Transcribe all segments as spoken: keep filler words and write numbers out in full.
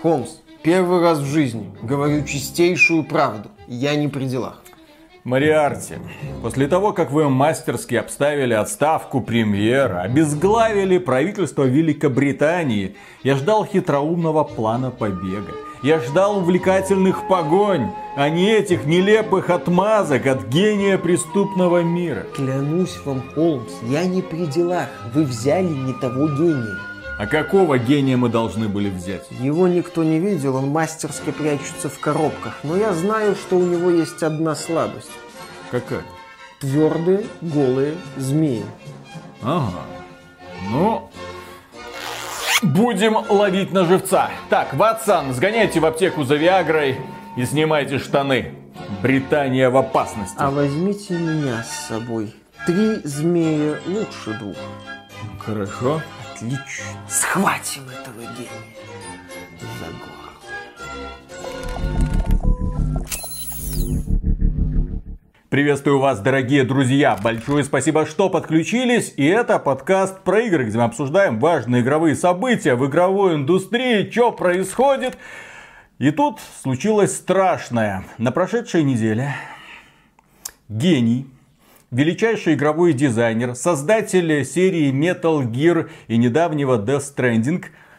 Холмс, первый раз в жизни говорю чистейшую правду. Я не при делах. Мориарти, после того, как вы мастерски обставили отставку премьера, обезглавили правительство Великобритании, я ждал хитроумного плана побега. Я ждал увлекательных погонь, а не этих нелепых отмазок от гения преступного мира. Клянусь вам, Холмс, я не при делах. Вы взяли не того гения. А какого гения мы должны были взять? Его никто не видел, он мастерски прячется в коробках. Но я знаю, что у него есть одна слабость. Какая? Твердые, голые змеи. Ага. Ну, будем ловить на живца. Так, Ватсон, сгоняйте в аптеку за Виагрой и снимайте штаны. Британия в опасности. А возьмите меня с собой. Три змея лучше двух. Хорошо. Отлично. Схватим этого гения за горло. Приветствую вас, дорогие друзья. Большое спасибо, что подключились. И это подкаст про игры, где мы обсуждаем важные игровые события в игровой индустрии, что происходит. И тут случилось страшное. На прошедшей неделе гений, величайший игровой дизайнер, создатель серии Metal Gear и недавнего Death Stranding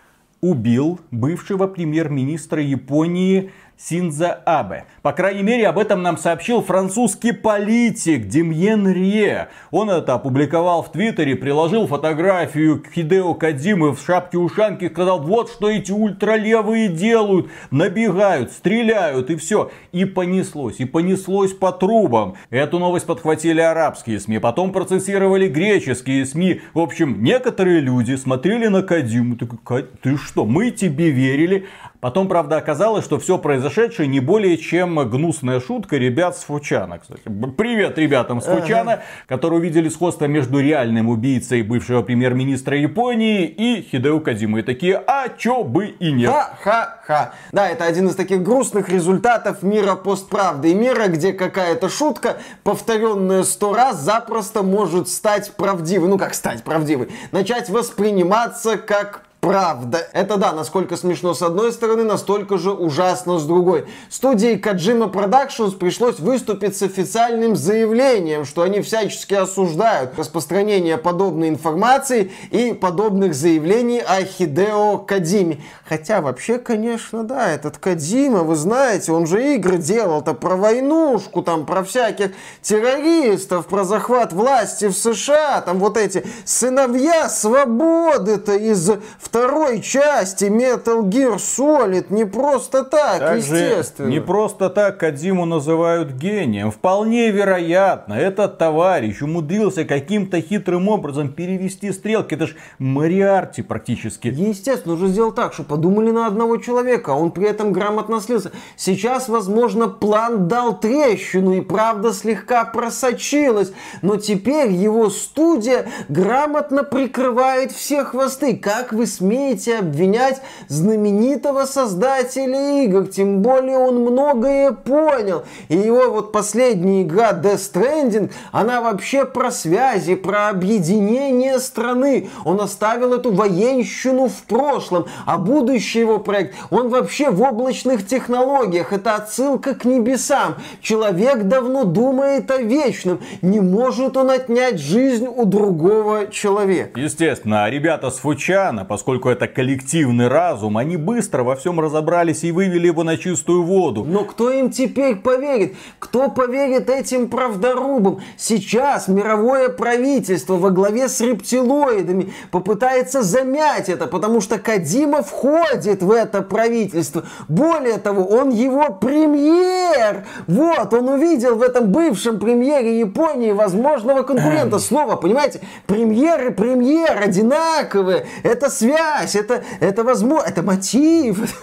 убил бывшего премьер-министра Японии Синдзо Абе. По крайней мере, об этом нам сообщил французский политик Демьен Рье. Он это опубликовал в Твиттере, приложил фотографию Хидео Кодзимы в шапке-ушанке и сказал: вот что эти ультралевые делают. Набегают, стреляют и все. И понеслось, и понеслось по трубам. Эту новость подхватили арабские СМИ, потом процессировали греческие СМИ. В общем, некоторые люди смотрели на Кодзиму. Ты что, мы тебе верили? Потом, правда, оказалось, что все произошедшее не более чем гнусная шутка ребят с Фучана. Кстати, привет ребятам с Фучана, ага. которые увидели сходство между реальным убийцей бывшего премьер-министра Японии и Хидео Кодзимой. И такие, а чё бы и нет. Ха-ха-ха. Да, это один из таких грустных результатов мира постправды. И мира, где какая-то шутка, повторенная сто раз, запросто может стать правдивой. Ну как стать правдивой? Начать восприниматься как правда. Это да, насколько смешно с одной стороны, настолько же ужасно с другой. Студии Kojima Productions пришлось выступить с официальным заявлением, что они всячески осуждают распространение подобной информации и подобных заявлений о Хидео Кодзиме. Хотя вообще, конечно, да, этот Кодзима, вы знаете, он же игры делал-то про войнушку, там, про всяких террористов, про захват власти в США, там вот эти сыновья свободы-то из второй части Metal Gear Solid не просто так, Также естественно. Не просто так Кодзиму называют гением. Вполне вероятно, этот товарищ умудрился каким-то хитрым образом перевести стрелки. Это ж Мориарти практически. Естественно, уже сделал так, что подумали на одного человека, а он при этом грамотно слился. Сейчас, возможно, план дал трещину и правда слегка просочилась, но теперь его студия грамотно прикрывает все хвосты. Как вы смеете обвинять знаменитого создателя игр? Тем более он многое понял. И его вот последняя игра Death Stranding, она вообще про связи, про объединение страны. Он оставил эту военщину в прошлом. А будущий его проект, он вообще в облачных технологиях. Это отсылка к небесам. Человек давно думает о вечном. Не может он отнять жизнь у другого человека. Естественно, а ребята с Фучана, поскольку это коллективный разум, они быстро во всем разобрались и вывели его на чистую воду. Но кто им теперь поверит? Кто поверит этим правдорубам? Сейчас мировое правительство во главе с рептилоидами попытается замять это, потому что Кодзима входит в это правительство. Более того, он его премьер. Вот, он увидел в этом бывшем премьере Японии возможного конкурента. Слово, понимаете, премьер и премьер одинаковые. Это связь, это, это возможно, это мотив.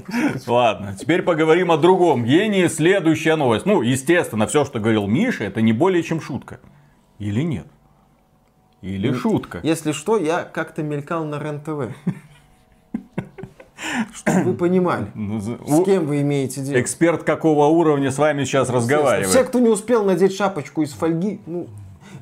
Ладно, теперь поговорим о другом гении. Следующая новость. Ну, естественно, все, что говорил Миша, это не более чем шутка. Или нет? Или шутка? Если что, я как-то мелькал на РЕН-ТВ. Чтобы вы понимали, с кем вы имеете дело. Эксперт какого уровня с вами сейчас разговаривает? Все, кто не успел надеть шапочку из фольги, ну...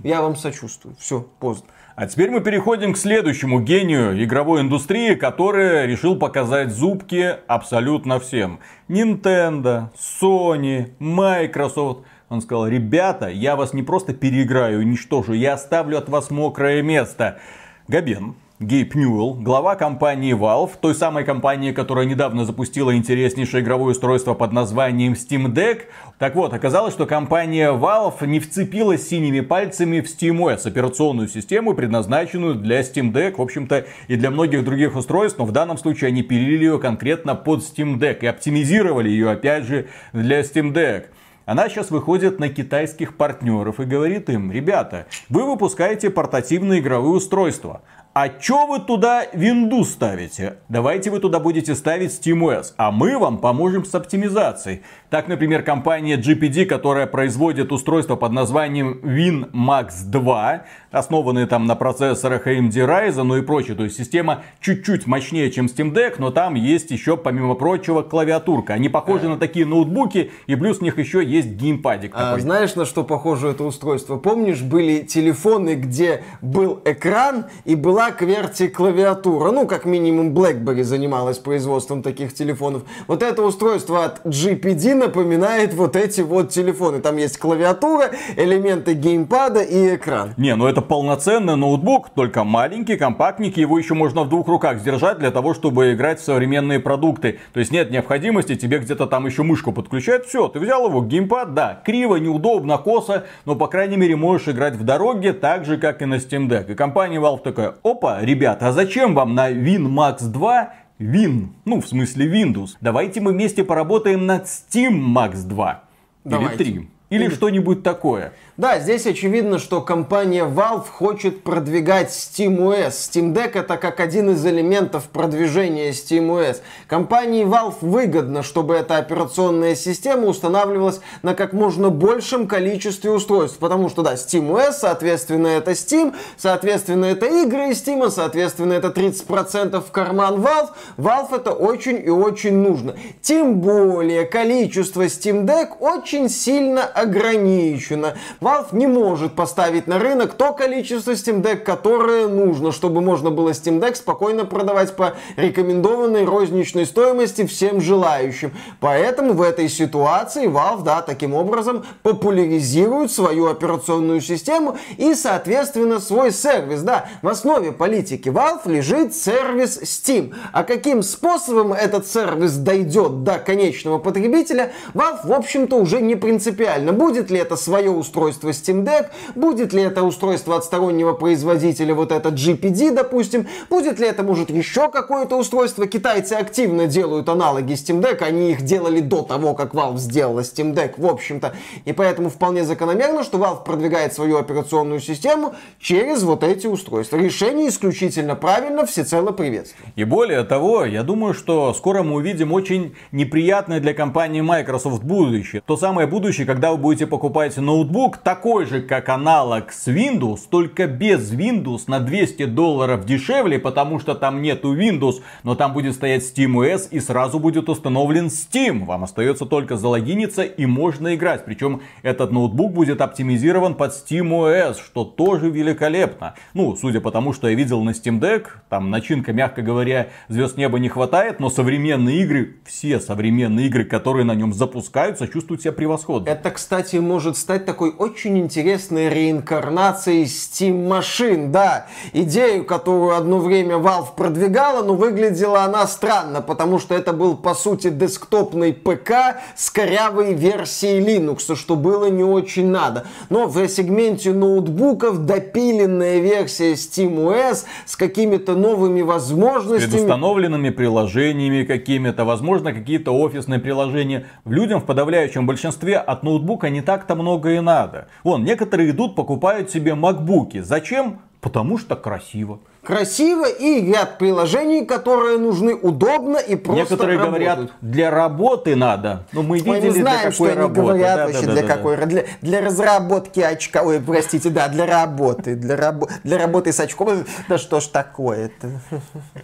я вам сочувствую. Все, поздно. А теперь мы переходим к следующему гению игровой индустрии, который решил показать зубки абсолютно всем. Nintendo, Sony, Microsoft. Он сказал: ребята, я вас не просто переиграю, уничтожу, я оставлю от вас мокрое место. Габен, Гейб Ньюэлл, глава компании Valve, той самой компании, которая недавно запустила интереснейшее игровое устройство под названием Steam Deck. Так вот, оказалось, что компания Valve не вцепилась синими пальцами в SteamOS, операционную систему, предназначенную для Steam Deck, в общем-то, и для многих других устройств, но в данном случае они пилили ее конкретно под Steam Deck и оптимизировали ее, опять же, для Steam Deck. Она сейчас выходит на китайских партнеров и говорит им: ребята, вы выпускаете портативные игровые устройства. А чё вы туда Windows ставите? Давайте вы туда будете ставить SteamOS, а мы вам поможем с оптимизацией. Так, например, компания джи пи ди, которая производит устройство под названием WinMax два, основанные там на процессорах эй эм ди Ryzen, ну и прочее. То есть система чуть-чуть мощнее, чем Steam Deck, но там есть еще, помимо прочего, клавиатурка. Они похожи на такие ноутбуки, и плюс у них еще есть геймпадик а, такой. Знаешь, на что похоже это устройство? Помнишь, были телефоны, где был экран и была кверти клавиатура. Ну, как минимум, BlackBerry занималась производством таких телефонов. Вот это устройство от джи пи ди напоминает вот эти вот телефоны. Там есть клавиатура, элементы геймпада и экран. Не, ну это полноценный ноутбук, только маленький, компактненький. Его еще можно в двух руках сдержать для того, чтобы играть в современные продукты. То есть нет необходимости тебе где-то там еще мышку подключать. Все, ты взял его, геймпад, да, криво, неудобно, косо, но по крайней мере можешь играть в дороге так же, как и на Steam Deck. И компания Valve такая: опа, ребята, а зачем вам на WinMax два Win? Ну, в смысле Windows. Давайте мы вместе поработаем над SteamMax два. Давайте. Или три. Или, Или что-нибудь такое. Да, здесь очевидно, что компания Valve хочет продвигать SteamOS. Steam Deck это как один из элементов продвижения SteamOS. Компании Valve выгодно, чтобы эта операционная система устанавливалась на как можно большем количестве устройств. Потому что, да, SteamOS, соответственно, это Steam, соответственно, это игры из Steam, соответственно, это тридцать процентов в карман Valve. Valve это очень и очень нужно. Тем более, количество Steam Deck очень сильно ограничено. Valve не может поставить на рынок то количество Steam Deck, которое нужно, чтобы можно было Steam Deck спокойно продавать по рекомендованной розничной стоимости всем желающим. Поэтому в этой ситуации Valve, да, таким образом популяризирует свою операционную систему и, соответственно, свой сервис. Да, в основе политики Valve лежит сервис Steam. А каким способом этот сервис дойдет до конечного потребителя, Valve, в общем-то, уже не принципиально. Будет ли это свое устройство Steam Deck, будет ли это устройство от стороннего производителя, вот это джи пи ди, допустим, будет ли это, может, еще какое-то устройство. Китайцы активно делают аналоги Steam Deck, они их делали до того, как Valve сделала Steam Deck, в общем-то, и поэтому вполне закономерно, что Valve продвигает свою операционную систему через вот эти устройства. Решение исключительно правильно, всецело приветствую. И более того, я думаю, что скоро мы увидим очень неприятное для компании Microsoft будущее. То самое будущее, когда вы будете покупать ноутбук, такой же, как аналог с Windows, только без Windows на двести долларов дешевле, потому что там нету Windows, но там будет стоять SteamOS и сразу будет установлен Steam. Вам остается только залогиниться и можно играть. Причем этот ноутбук будет оптимизирован под SteamOS, что тоже великолепно. Ну, судя по тому, что я видел на Steam Deck, там начинка, мягко говоря, звезд неба не хватает, но современные игры, все современные игры, которые на нем запускаются, чувствуют себя превосходно. Это, кстати, может стать такой очень интересной реинкарнацией Steam машин. Да, идею, которую одно время Valve продвигала, но выглядела она странно, потому что это был, по сути, десктопный ПК с корявой версией Linux, что было не очень надо. Но в сегменте ноутбуков допиленная версия SteamOS с какими-то новыми возможностями. Предустановленными приложениями какими-то, возможно, какие-то офисные приложения. Людям в подавляющем большинстве от ноутбука не так-то много и надо. Вон, некоторые идут, покупают себе макбуки. Зачем? Потому что красиво. Красиво и ряд приложений, которые нужны удобно и просто Некоторые работают. говорят, для работы надо. Но мы Мы видели, не знаем, для что какой они работы. говорят Да, вообще, да, для да, какой. да. Для, для разработки очка. Ой, простите, да, для работы. Для, рабо... для работы с очком. Да что ж такое-то?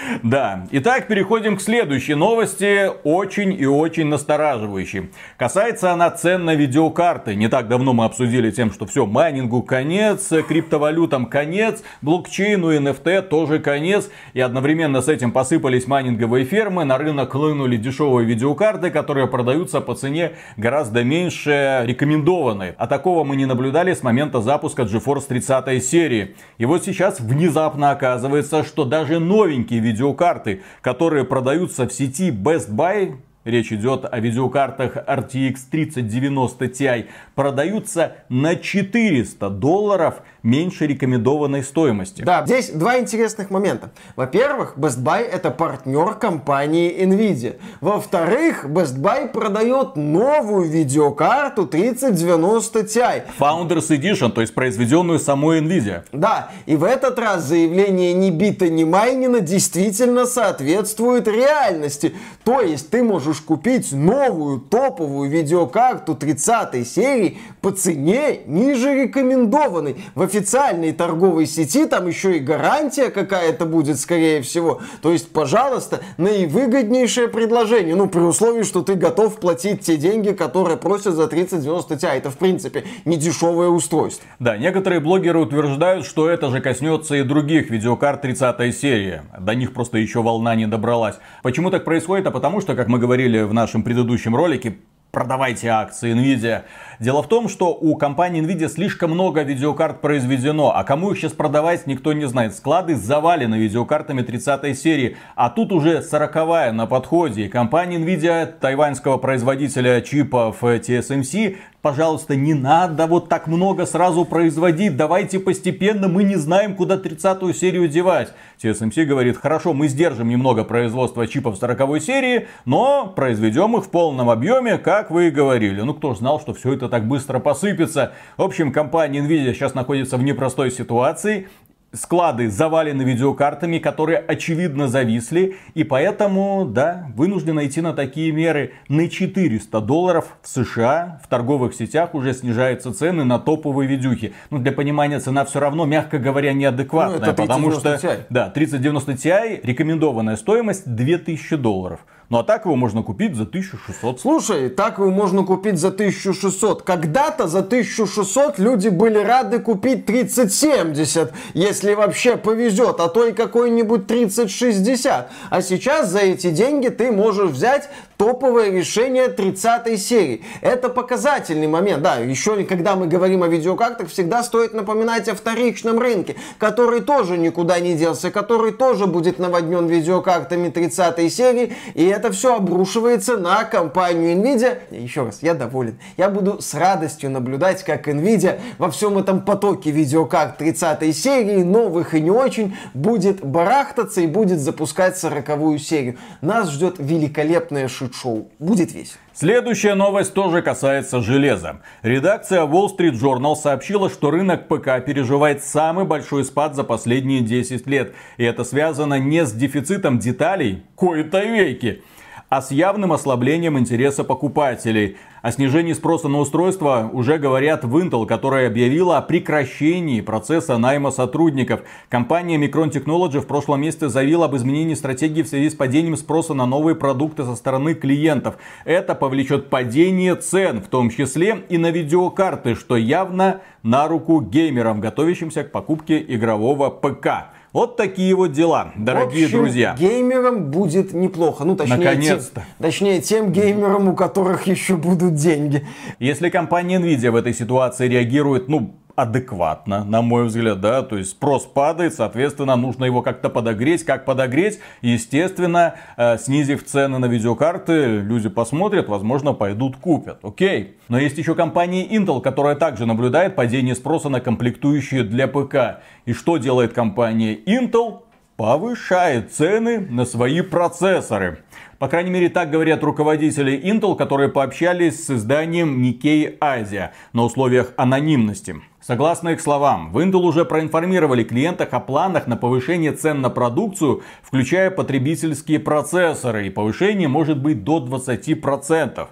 Да, итак, переходим к следующей новости, очень и очень настораживающей. Касается она цен на видеокарты. Не так давно мы обсудили тем, что все, майнингу конец, криптовалютам конец, блокчейну, эн эф ти тоже конец. И одновременно с этим посыпались майнинговые фермы, на рынок хлынули дешевые видеокарты, которые продаются по цене гораздо меньше рекомендованной. А такого мы не наблюдали с момента запуска GeForce тридцатой серии. И вот сейчас внезапно оказывается, что даже новенькие видеокарты, которые продаются в сети Best Buy, речь идет о видеокартах эр ти экс тридцать девяносто ти, продаются на четыреста долларов меньше рекомендованной стоимости. Да, здесь два интересных момента. Во-первых, Best Buy это партнер компании Nvidia. Во-вторых, Best Buy продает новую видеокарту тридцать девяносто ти. Founders Edition, то есть произведенную самой Nvidia. Да, и в этот раз заявление ни бита, ни майнина действительно соответствует реальности. То есть ты можешь купить новую топовую видеокарту тридцатой серии по цене ниже рекомендованной. В официальной торговой сети там еще и гарантия какая-то будет, скорее всего. То есть, пожалуйста, наивыгоднейшее предложение. Ну, при условии, что ты готов платить те деньги, которые просят за тридцать девяносто ти. Это, в принципе, не дешевое устройство. Да, некоторые блогеры утверждают, что это же коснется и других видеокарт тридцатой серии. До них просто еще волна не добралась. Почему так происходит? А потому что, как мы говорили в нашем предыдущем ролике, продавайте акции Nvidia. Дело в том, что у компании Nvidia слишком много видеокарт произведено, а кому их сейчас продавать, никто не знает. Склады завалены видеокартами тридцатой серии, а тут уже сороковая на подходе. И компания Nvidia, тайваньского производителя чипов ти эс эм си, пожалуйста, не надо вот так много сразу производить, давайте постепенно, мы не знаем, куда тридцатую серию девать. ти эс эм си говорит, хорошо, мы сдержим немного производства чипов сороковой серии, но произведем их в полном объеме, как вы и говорили. Ну, кто ж знал, что все это так быстро посыпется. В общем, компания Nvidia сейчас находится в непростой ситуации. Склады завалены видеокартами, которые очевидно зависли. И поэтому, да, вынуждены идти на такие меры. На четыреста долларов в США в торговых сетях уже снижаются цены на топовые видюхи. Ну, для понимания, цена все равно, мягко говоря, неадекватная. Ну, потому что, да, тридцать девяносто ти рекомендованная стоимость две тысячи долларов. Ну а так его можно купить за тысячу шестьсот. Слушай, так его можно купить за тысячу шестьсот. Когда-то за тысячу шестьсот люди были рады купить тридцать семьдесят, если вообще повезет, а то и какой-нибудь тридцать шестьдесят. А сейчас за эти деньги ты можешь взять топовое решение тридцатой серии. Это показательный момент. Да, еще когда мы говорим о видеокартах, всегда стоит напоминать о вторичном рынке, который тоже никуда не делся, который тоже будет наводнен видеокартами тридцатой серии. И это все обрушивается на компанию Nvidia. Еще раз, я доволен. Я буду с радостью наблюдать, как Nvidia во всем этом потоке видеокарт тридцатой серии, новых и не очень, будет барахтаться и будет запускать сороковую серию. Нас ждет великолепное шит-шоу. Будет весело. Следующая новость тоже касается железа. Редакция Wall Street Journal сообщила, что рынок ПК переживает самый большой спад за последние десять лет. И это связано не с дефицитом деталей, кои-то веки, а с явным ослаблением интереса покупателей. О снижении спроса на устройства уже говорят в Intel, которая объявила о прекращении процесса найма сотрудников. Компания Micron Technology в прошлом месяце заявила об изменении стратегии в связи с падением спроса на новые продукты со стороны клиентов. Это повлечет падение цен, в том числе и на видеокарты, что явно на руку геймерам, готовящимся к покупке игрового ПК. Вот такие вот дела, дорогие в общем, друзья. Геймерам будет неплохо. Ну, точнее, наконец-то. Тем, точнее, тем геймерам, у которых еще будут деньги. Если компания Nvidia в этой ситуации реагирует, ну, адекватно, на мой взгляд, да, то есть спрос падает, соответственно, нужно его как-то подогреть. Как подогреть? Естественно, э, снизив цены на видеокарты, люди посмотрят, возможно, пойдут купят. Окей. Но есть еще компания Intel, которая также наблюдает падение спроса на комплектующие для ПК. И что делает компания Intel? Повышает цены на свои процессоры. По крайней мере, так говорят руководители Intel, которые пообщались с изданием Nikkei Asia на условиях анонимности. Согласно их словам, в Intel уже проинформировали клиентах о планах на повышение цен на продукцию, включая потребительские процессоры. И повышение может быть до двадцати процентов.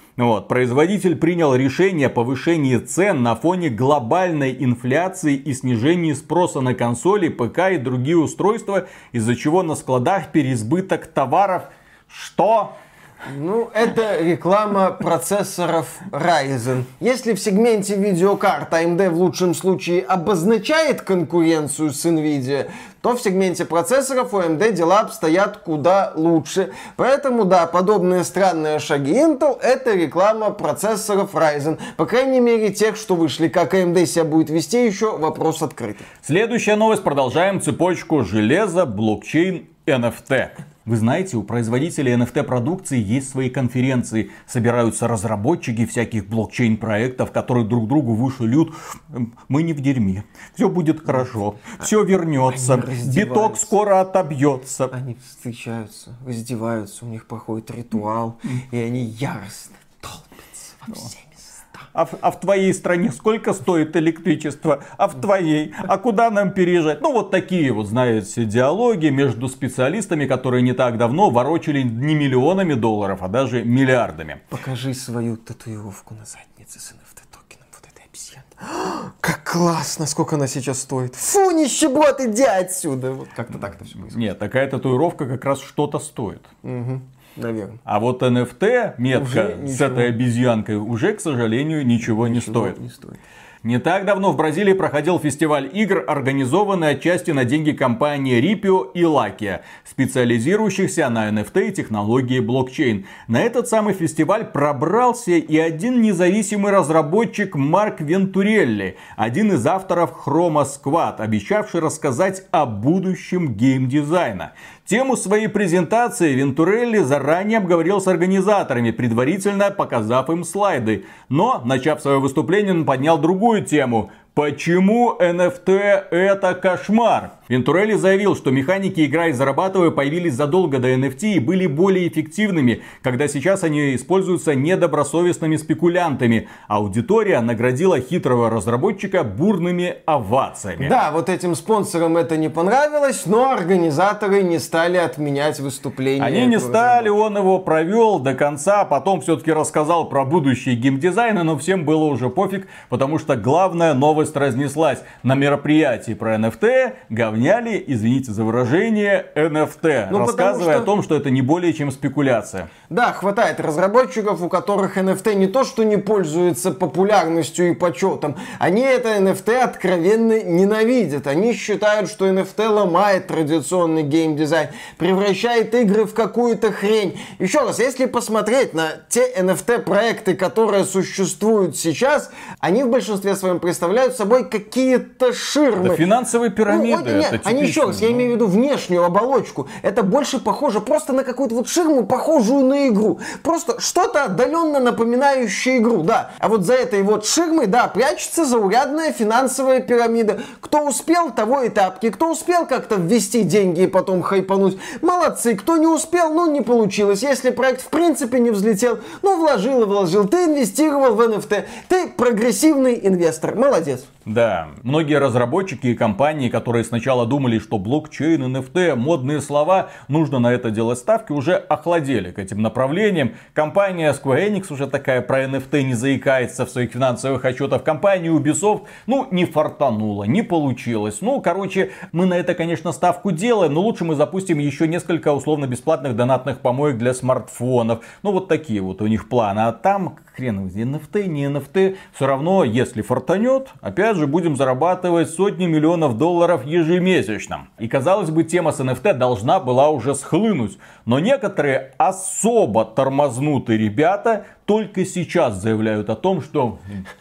Вот. Производитель принял решение о повышении цен на фоне глобальной инфляции и снижении спроса на консоли, ПК и другие устройства, из-за чего на складах переизбыток товаров. Что? Ну, это реклама процессоров Ryzen. Если в сегменте видеокарт эй эм ди в лучшем случае обозначает конкуренцию с Nvidia, то в сегменте процессоров у эй эм ди дела обстоят куда лучше. Поэтому, да, подобные странные шаги Intel — это реклама процессоров Ryzen. По крайней мере, тех, что вышли. Как эй эм ди себя будет вести, еще вопрос открытый. Следующая новость. Продолжаем цепочку железа, блокчейн, эн эф ти. Вы знаете, у производителей эн эф ти-продукции есть свои конференции. Собираются разработчики всяких блокчейн-проектов, которые друг другу вышлют. Мы не в дерьме. Все будет хорошо. Все вернется. Биток скоро отобьется. Они встречаются, раздеваются, у них проходит ритуал, и они яростно толпятся во все места. А в, а в твоей стране сколько стоит электричество? А в твоей? А куда нам переезжать? Ну, вот такие вот, знаете, диалоги между специалистами, которые не так давно ворочали не миллионами долларов, а даже миллиардами. Покажи свою татуировку на заднице с эн эф ти-токеном вот этой обезьяны. Как классно! Сколько она сейчас стоит? Фу, нищеброд, иди отсюда! Вот как-то так-то все происходит. Нет, такая татуировка как раз что-то стоит. Угу. Наверное. А вот эн эф ти, метка с этой обезьянкой, уже, к сожалению, ничего, ничего не стоит. Не стоит. Не так давно в Бразилии проходил фестиваль игр, организованный отчасти на деньги компании Ripio и Lakia, специализирующихся на эн эф ти и технологии блокчейн. На этот самый фестиваль пробрался и один независимый разработчик Марк Вентурелли, один из авторов Chroma Squad, обещавший рассказать о будущем геймдизайна. Тему своей презентации Вентурелли заранее обговорил с организаторами, предварительно показав им слайды. Но, начав свое выступление, он поднял другую тему. Почему эн эф ти это кошмар? Вентурелли заявил, что механики «играй, зарабатывай» появились задолго до эн эф ти и были более эффективными, когда сейчас они используются недобросовестными спекулянтами. Аудитория наградила хитрого разработчика бурными овациями. Да, вот этим спонсорам это не понравилось, но организаторы не стали отменять выступление. Они не стали, он его провел до конца, потом все-таки рассказал про будущее геймдизайна, но всем было уже пофиг, потому что главная новость разнеслась. На мероприятии про эн эф ти говняли, извините за выражение, эн эф ти, ну, рассказывая что... о том, что это не более чем спекуляция. Да, хватает разработчиков, у которых эн эф ти не то, что не пользуется популярностью и почетом, они это эн эф ти откровенно ненавидят. Они считают, что эн эф ти ломает традиционный геймдизайн, превращает игры в какую-то хрень. Еще раз, если посмотреть на те эн эф ти-проекты, которые существуют сейчас, они в большинстве своем представляют собой какие-то ширмы. Да, финансовые пирамиды. Ну, нет, они еще раз, я имею в виду внешнюю оболочку. Это больше похоже просто на какую-то вот ширму, похожую на игру. Просто что-то отдаленно напоминающее игру, да. А вот за этой вот ширмой, да, прячется заурядная финансовая пирамида. Кто успел, того и тапки. Кто успел как-то ввести деньги и потом хайпануть, молодцы. Кто не успел, ну не получилось. Если проект в принципе не взлетел, ну вложил и вложил. Ты инвестировал в эн эф ти. Ты прогрессивный инвестор. Молодец. Да, многие разработчики и компании, которые сначала думали, что блокчейн, эн эф ти, модные слова, нужно на это делать ставки, уже охладели к этим направлениям. Компания Square Enix уже такая про эн эф ти не заикается в своих финансовых отчетах. Компания Ubisoft, ну, не фартануло, не получилось. Ну, короче, мы на это, конечно, ставку делаем, но лучше мы запустим еще несколько условно-бесплатных донатных помоек для смартфонов. Ну, вот такие вот у них планы. А там, хрен его, эн эф ти, не эн эф ти, все равно, если фартанет, опять же, будем зарабатывать сотни миллионов долларов ежемесячно. И, казалось бы, тема с эн эф ти должна была уже схлынуть. Но некоторые особо тормознутые ребята только сейчас заявляют о том, что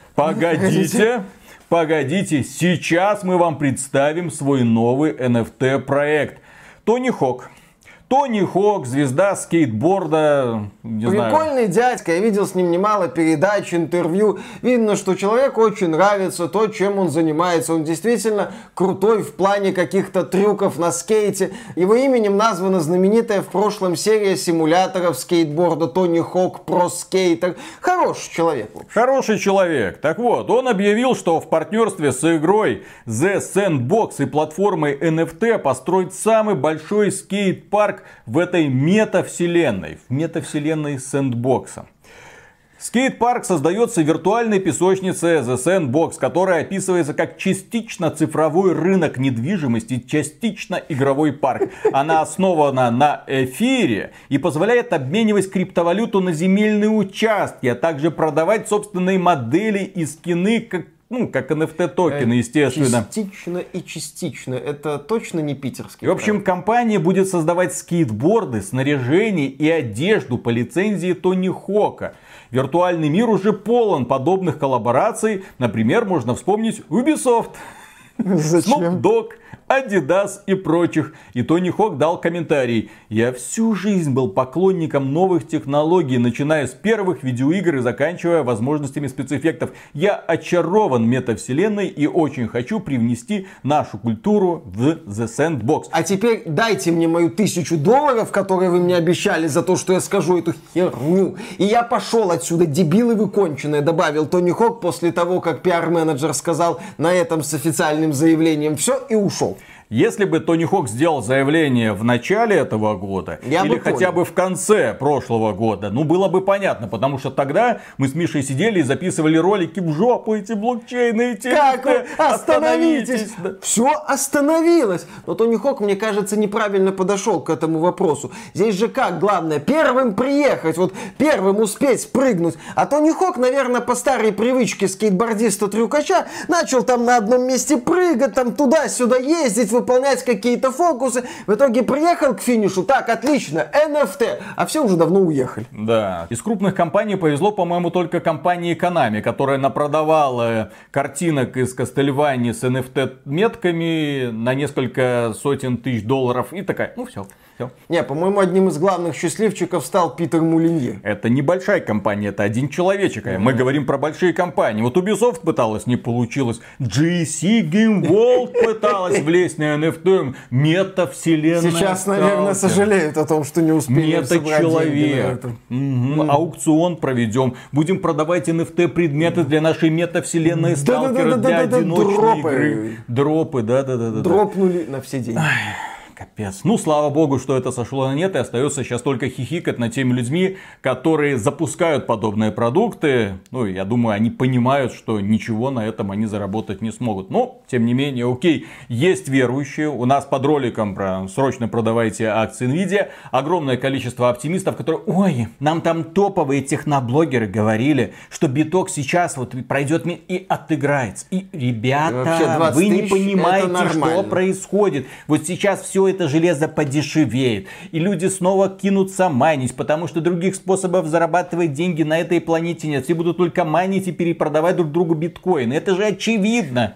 погодите, погодите, сейчас мы вам представим свой новый эн эф ти-проект. Тони Хок. Тони Хок, звезда скейтборда. Не Прикольный знаю. дядька, я видел с ним немало передач, интервью. Видно, что человеку очень нравится то, чем он занимается. Он действительно крутой в плане каких-то трюков на скейте. Его именем названа знаменитая в прошлом серия симуляторов скейтборда Тони Хок Про Скейтер. Хороший человек. Хороший человек. Так вот, он объявил, что в партнерстве с игрой The Sandbox и платформой эн эф ти построит самый большой скейт-парк в этой метавселенной, в метавселенной сэндбокса. Скейт-парк создается в виртуальной песочнице The Sandbox, которая описывается как частично цифровой рынок недвижимости, частично игровой парк. Она основана на эфире и позволяет обменивать криптовалюту на земельные участки, а также продавать собственные модели и скины, как Ну, как эн эф ти-токены, естественно. Частично и частично. Это точно не питерский. В общем, компания будет создавать скейтборды, снаряжение и одежду по лицензии Тони Хока. Виртуальный мир уже полон подобных коллабораций. Например, можно вспомнить Ubisoft, Snoop Dogg, Adidas и прочих. И Тони Хок дал комментарий: я всю жизнь был поклонником новых технологий, начиная с первых видеоигр и заканчивая возможностями спецэффектов. Я очарован метавселенной и очень хочу привнести нашу культуру в The Sandbox. А теперь дайте мне мою тысячу долларов, которые вы мне обещали за то, что я скажу эту херню. И я пошел отсюда, дебилы вы конченые, добавил Тони Хок после того, как пиар-менеджер сказал на этом с официальным заявлением все и ушел. Если бы Тони Хок сделал заявление в начале этого года, Я или бы хотя понял. бы в конце прошлого года, ну было бы понятно, потому что тогда мы с Мишей сидели и записывали ролики: в жопу эти блокчейны, эти Как вы? эн эф ти, Остановитесь! Да. Все остановилось. Но Тони Хок, мне кажется, неправильно подошел к этому вопросу. Здесь же как главное? Первым приехать, вот первым успеть спрыгнуть. А Тони Хок, наверное, по старой привычке скейтбордиста-трюкача начал там на одном месте прыгать, там туда-сюда ездить, выполнять какие-то фокусы. В итоге приехал к финишу. Так, отлично, эн эф ти. А все уже давно уехали. Да. Из крупных компаний повезло, по-моему, только компании Konami, которая напродавала картинок из Castlevania с эн эф ти-метками на несколько сотен тысяч долларов. И такая, ну все, все. Не, по-моему, одним из главных счастливчиков стал Питер Мулинье. Это небольшая компания, это один человечек. Mm-hmm. Мы говорим про большие компании. Вот Ubisoft пыталась, не получилось. джи си Game World пыталась влезть на эн эф ти. Метавселенная. Сейчас, наверное, сожалеют о том, что не успели собрать деньги на это. Угу. Аукцион проведем. Будем продавать эн эф ти-предметы для нашей метавселенной Сталкера, для одиночной игры. Дропы, да-да-да. Дропнули на все деньги. Капец. Ну, слава богу, что это сошло на нет, и остается сейчас только хихикать над теми людьми, которые запускают подобные продукты. Ну, я думаю, они понимают, что ничего на этом они заработать не смогут. Но, тем не менее, окей, есть верующие. У нас под роликом про «Срочно продавайте акции Nvidia» огромное количество оптимистов, которые: ой, нам там топовые техноблогеры говорили, что биток сейчас вот пройдет и отыграется. И, ребята, вы не понимаете, что происходит. Вот сейчас все это железо подешевеет, и люди снова кинутся майнить, потому что других способов зарабатывать деньги на этой планете нет. Все будут только майнить и перепродавать друг другу биткоины. Это же очевидно.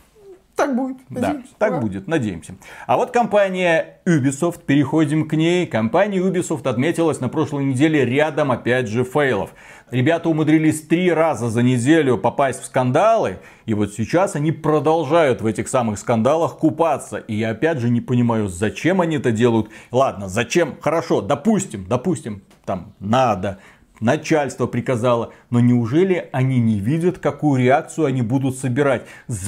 Так будет. Да, так да. будет, надеемся. А вот компания Ubisoft, переходим к ней. Компания Ubisoft отметилась на прошлой неделе рядом, опять же, фейлов. Ребята умудрились три раза за неделю попасть в скандалы, и вот сейчас они продолжают в этих самых скандалах купаться. И я опять же не понимаю, зачем они это делают. Ладно, зачем? Хорошо, допустим, допустим, там надо. Начальство приказало, но неужели они не видят, какую реакцию они будут собирать?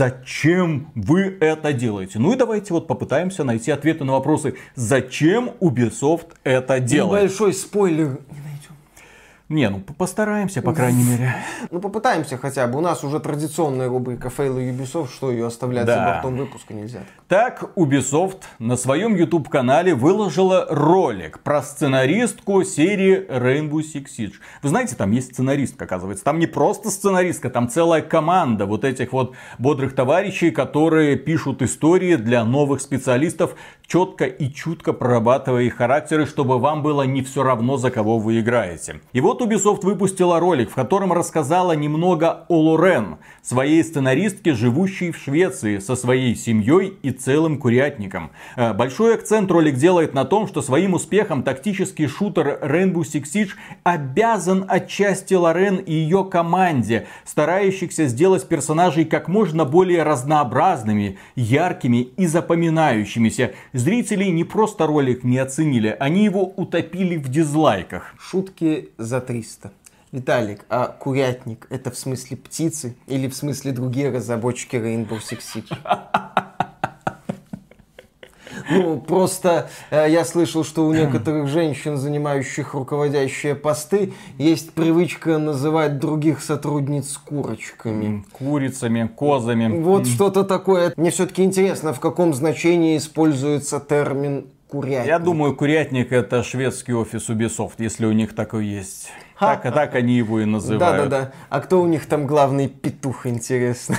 Зачем вы это делаете? Ну и давайте вот попытаемся найти ответы на вопросы. Зачем Ubisoft это делает? Небольшой спойлер. Не, ну постараемся, по крайней мере. Ну попытаемся хотя бы. У нас уже традиционная рубрика «Фейлы Ubisoft», что ее оставлять да. за бортом выпуска нельзя. Так, Ubisoft на своем YouTube-канале выложила ролик про сценаристку серии Rainbow Six Siege. Вы знаете, там есть сценаристка, оказывается. Там не просто сценаристка, там целая команда вот этих вот бодрых товарищей, которые пишут истории для новых специалистов, четко и чутко прорабатывая их характеры, чтобы вам было не все равно, за кого вы играете. И вот Ubisoft выпустила ролик, в котором рассказала немного о Лорен, своей сценаристке, живущей в Швеции со своей семьей и целым курятником. Большой акцент ролик делает на том, что своим успехом тактический шутер Rainbow Six Siege обязан отчасти Лорен и ее команде, старающихся сделать персонажей как можно более разнообразными, яркими и запоминающимися. Зрители не просто ролик не оценили, они его утопили в дизлайках. Шутки за триста. Виталик, а курятник это в смысле птицы или в смысле другие разработчики Rainbow Six Siege? Ну, просто э, я слышал, что у некоторых женщин, занимающих руководящие посты, есть привычка называть других сотрудниц курочками. Курицами, козами. Вот что-то такое. Мне все-таки интересно, в каком значении используется термин курятник. Я думаю, курятник — это шведский офис Ubisoft, если у них такой есть. Так, а так они его и называют. Да-да-да. А кто у них там главный петух, интересно?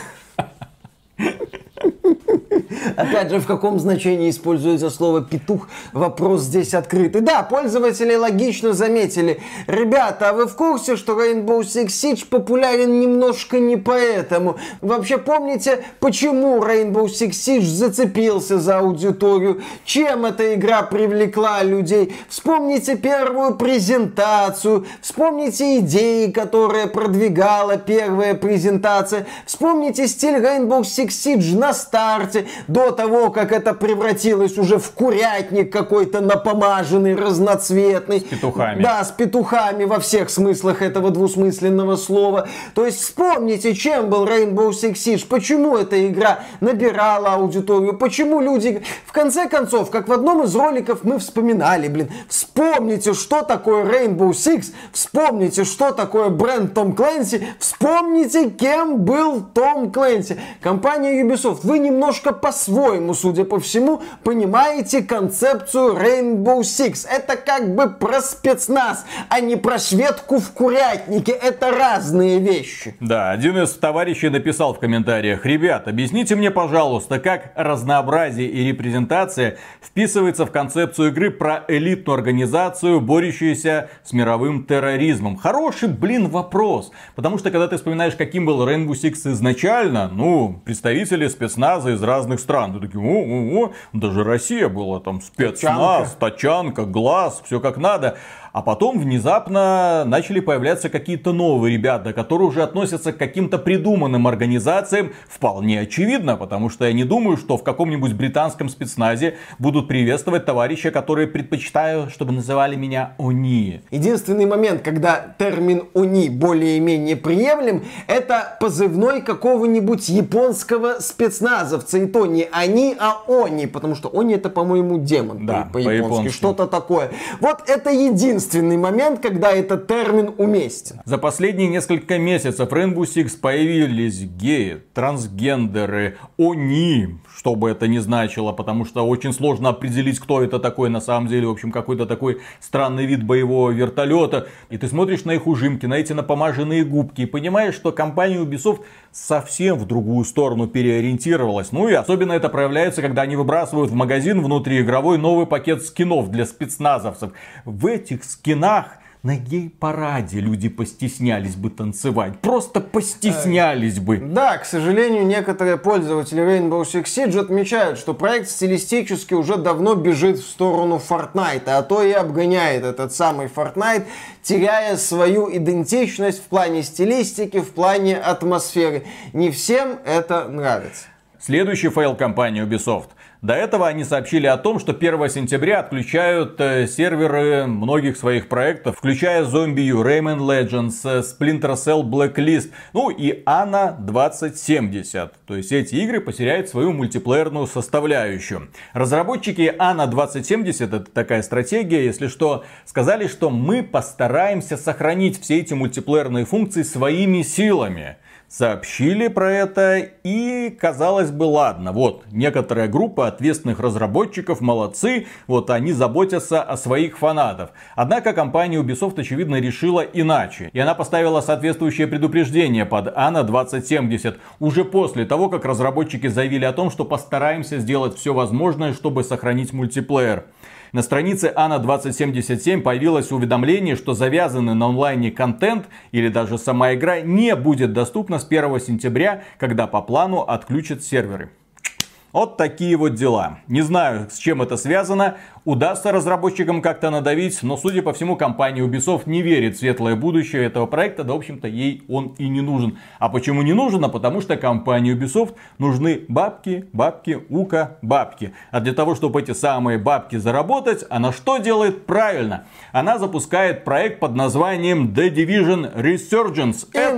Опять же, в каком значении используется слово «петух», вопрос здесь открытый. Да, пользователи логично заметили. Ребята, а вы в курсе, что Rainbow Six Siege популярен немножко не поэтому? Вообще помните, почему Rainbow Six Siege зацепился за аудиторию? Чем эта игра привлекла людей? Вспомните первую презентацию, вспомните идеи, которые продвигала первая презентация, вспомните стиль Rainbow Six Siege на старте, до того, как это превратилось уже в курятник какой-то напомаженный, разноцветный. С петухами. Да, с петухами во всех смыслах этого двусмысленного слова. То есть вспомните, чем был Rainbow Six Siege, почему эта игра набирала аудиторию, почему люди... В конце концов, как в одном из роликов мы вспоминали, блин, вспомните, что такое Rainbow Six, вспомните, что такое бренд Том Клэнси, вспомните, кем был Том Клэнси. Компания Ubisoft, вы немножко по-своему, судя по всему, понимаете концепцию Rainbow Six. Это как бы про спецназ, а не про шведку в курятнике. Это разные вещи. Да, один из товарищей написал в комментариях: ребят, объясните мне, пожалуйста, как разнообразие и репрезентация вписывается в концепцию игры про элитную организацию, борющуюся с мировым терроризмом. Хороший, блин, вопрос. Потому что, когда ты вспоминаешь, каким был Rainbow Six изначально, ну, представители спецназа из разных стран. Ты такие, о-о-о, даже Россия была там спецназ, тачанка, тачанка, глаз, все как надо. А потом внезапно начали появляться какие-то новые ребята, которые уже относятся к каким-то придуманным организациям. Вполне очевидно, потому что я не думаю, что в каком-нибудь британском спецназе будут приветствовать товарища, которые предпочитаю, чтобы называли меня Они. Единственный момент, когда термин Они более-менее приемлем, это позывной какого-нибудь японского спецназовца. И то не Они, а Они, потому что Они это, по-моему, демон, да, по-японски, по-японски. Что-то такое. Вот это единственное. Единственный момент, когда этот термин уместен. За последние несколько месяцев в Rainbow Six появились геи, трансгендеры, они, что бы это ни значило, потому что очень сложно определить, кто это такой на самом деле. В общем, какой-то такой странный вид боевого вертолета. И ты смотришь на их ужимки, на эти напомаженные губки и понимаешь, что компания Ubisoft совсем в другую сторону переориентировалась. Ну и особенно это проявляется, когда они выбрасывают в магазин внутриигровой новый пакет скинов для спецназовцев. В этих скинах на гей-параде люди постеснялись бы танцевать. Просто постеснялись бы. Да, к сожалению, некоторые пользователи Rainbow Six Siege отмечают, что проект стилистически уже давно бежит в сторону Fortnite, а то и обгоняет этот самый Fortnite, теряя свою идентичность в плане стилистики, в плане атмосферы. Не всем это нравится. Следующий фейл компании Ubisoft. До этого они сообщили о том, что первого сентября отключают э, серверы многих своих проектов, включая Zombie U, Rayman Legends, э, Splinter Cell Blacklist, ну и Ana двадцать семьдесят. То есть эти игры потеряют свою мультиплеерную составляющую. Разработчики Ana двадцать семьдесят, это такая стратегия, если что, сказали, что мы постараемся сохранить все эти мультиплеерные функции своими силами. Сообщили про это и, казалось бы, ладно, вот некоторая группа ответственных разработчиков молодцы, вот они заботятся о своих фанатах. Однако компания Ubisoft, очевидно, решила иначе. И она поставила соответствующее предупреждение под Ana двадцать семьдесят уже после того, как разработчики заявили о том, что постараемся сделать все возможное, чтобы сохранить мультиплеер. На странице Ana двадцать семьдесят семь появилось уведомление, что завязанный на онлайне контент или даже сама игра не будет доступна с первого сентября, когда по плану отключат серверы. Вот такие вот дела. Не знаю, с чем это связано. Удастся разработчикам как-то надавить, но, судя по всему, компания Ubisoft не верит в светлое будущее этого проекта, да, в общем-то, ей он и не нужен. А почему не нужен? А потому что компании Ubisoft нужны бабки, бабки, ука, бабки. А для того, чтобы эти самые бабки заработать, она что делает? Правильно. Она запускает проект под названием The Division Resurgence. In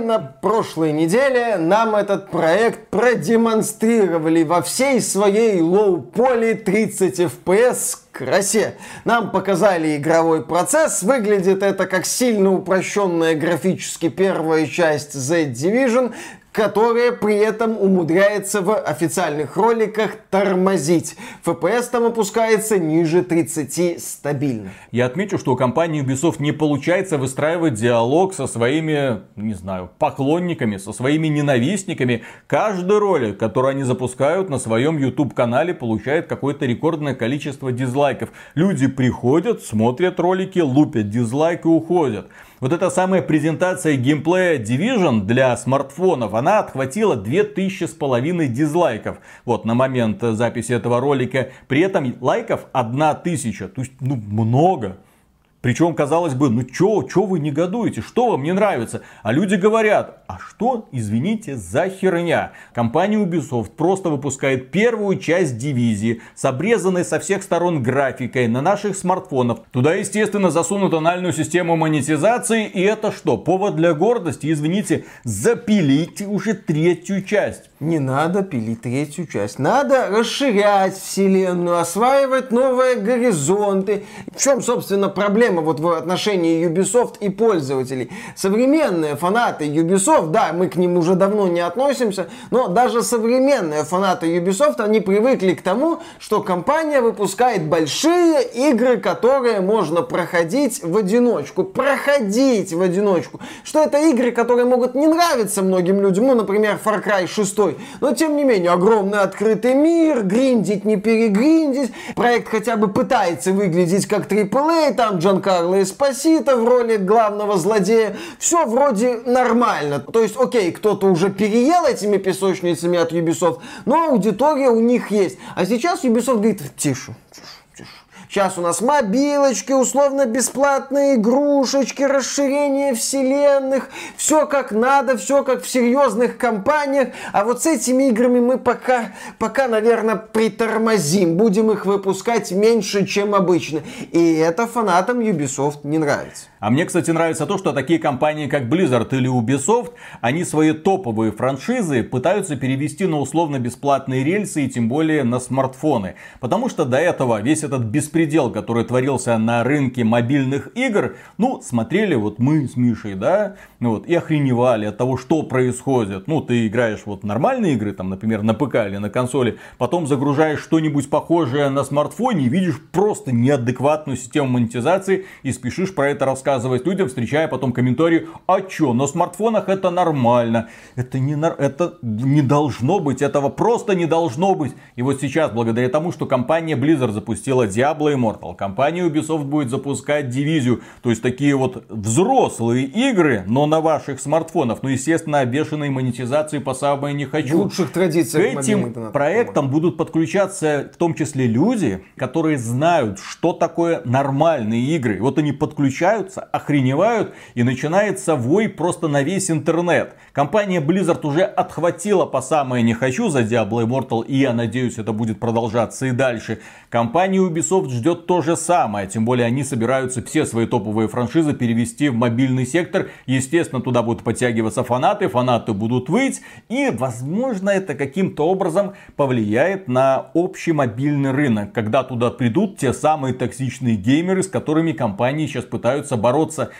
на прошлой неделе нам этот проект продемонстрировали во всей своей лоу-поли тридцать эф пи эс красе. Нам показали игровой процесс. Выглядит это как сильно упрощенная графически первая часть The Division, которая при этом умудряется в официальных роликах тормозить. эф пи эс там опускается ниже тридцати стабильно. Я отмечу, что у компании Ubisoft не получается выстраивать диалог со своими, не знаю, поклонниками, со своими ненавистниками. Каждый ролик, который они запускают на своем YouTube-канале, получает какое-то рекордное количество дизлайков. Люди приходят, смотрят ролики, лупят дизлайк и уходят. Вот эта самая презентация геймплея Division для смартфонов, она отхватила две тысячи с половиной дизлайков. Вот на момент записи этого ролика. При этом лайков одна тысяча. То есть, ну, много. Причем, казалось бы, ну чё, чё вы негодуете, что вам не нравится? А люди говорят, а что, извините, за херня? Компания Ubisoft просто выпускает первую часть дивизии с обрезанной со всех сторон графикой на наших смартфонах. Туда, естественно, засунут анальную систему монетизации. И это что, повод для гордости? Извините, запилите уже третью часть. Не надо пилить третью часть. Надо расширять вселенную, осваивать новые горизонты. В чем, собственно, проблема вот в отношении Ubisoft и пользователей? Современные фанаты Ubisoft, да, мы к ним уже давно не относимся, но даже современные фанаты Ubisoft, они привыкли к тому, что компания выпускает большие игры, которые можно проходить в одиночку. Проходить в одиночку. Что это игры, которые могут не нравиться многим людям, ну, например, Far Cry шесть. Но, тем не менее, огромный открытый мир, гриндить, не перегриндить. Проект хотя бы пытается выглядеть как трипл эй, там Джанкарло Эспосито в роли главного злодея. Все вроде нормально. То есть, окей, кто-то уже переел этими песочницами от Ubisoft, но аудитория у них есть. А сейчас Ubisoft говорит, тише, тише, тише. Сейчас у нас мобилочки, условно-бесплатные игрушечки, расширение вселенных, все как надо, все как в серьезных компаниях. А вот с этими играми мы пока, пока, наверное, притормозим. Будем их выпускать меньше, чем обычно. И это фанатам Ubisoft не нравится. А мне, кстати, нравится то, что такие компании, как Blizzard или Ubisoft, они свои топовые франшизы пытаются перевести на условно-бесплатные рельсы и тем более на смартфоны. Потому что до этого весь этот беспредел, который творился на рынке мобильных игр, ну, смотрели вот мы с Мишей, да, вот, и охреневали от того, что происходит. Ну, ты играешь вот в нормальные игры, там, например, на ПК или на консоли, потом загружаешь что-нибудь похожее на смартфоне и видишь просто неадекватную систему монетизации и спешишь про это рассказывать людям, встречая потом комментарии, а чё, на смартфонах это нормально. Это не, это не должно быть, этого просто не должно быть. И вот сейчас, благодаря тому, что компания Blizzard запустила Diablo Immortal, компания Ubisoft будет запускать Дивизию, то есть такие вот взрослые игры, но на ваших смартфонах, ну, естественно, обвешанные монетизацией по самое не хочу. В лучших традициях. К этим проектам будут подключаться в том числе люди, которые знают, что такое нормальные игры. Вот они подключаются, охреневают, и начинается вой просто на весь интернет. Компания Blizzard уже отхватила по самое не хочу за Diablo Immortal, и я надеюсь, это будет продолжаться и дальше. Компания Ubisoft ждет то же самое, тем более они собираются все свои топовые франшизы перевести в мобильный сектор. Естественно, туда будут подтягиваться фанаты, фанаты будут выть, и, возможно, это каким-то образом повлияет на общий мобильный рынок, когда туда придут те самые токсичные геймеры, с которыми компании сейчас пытаются бороться.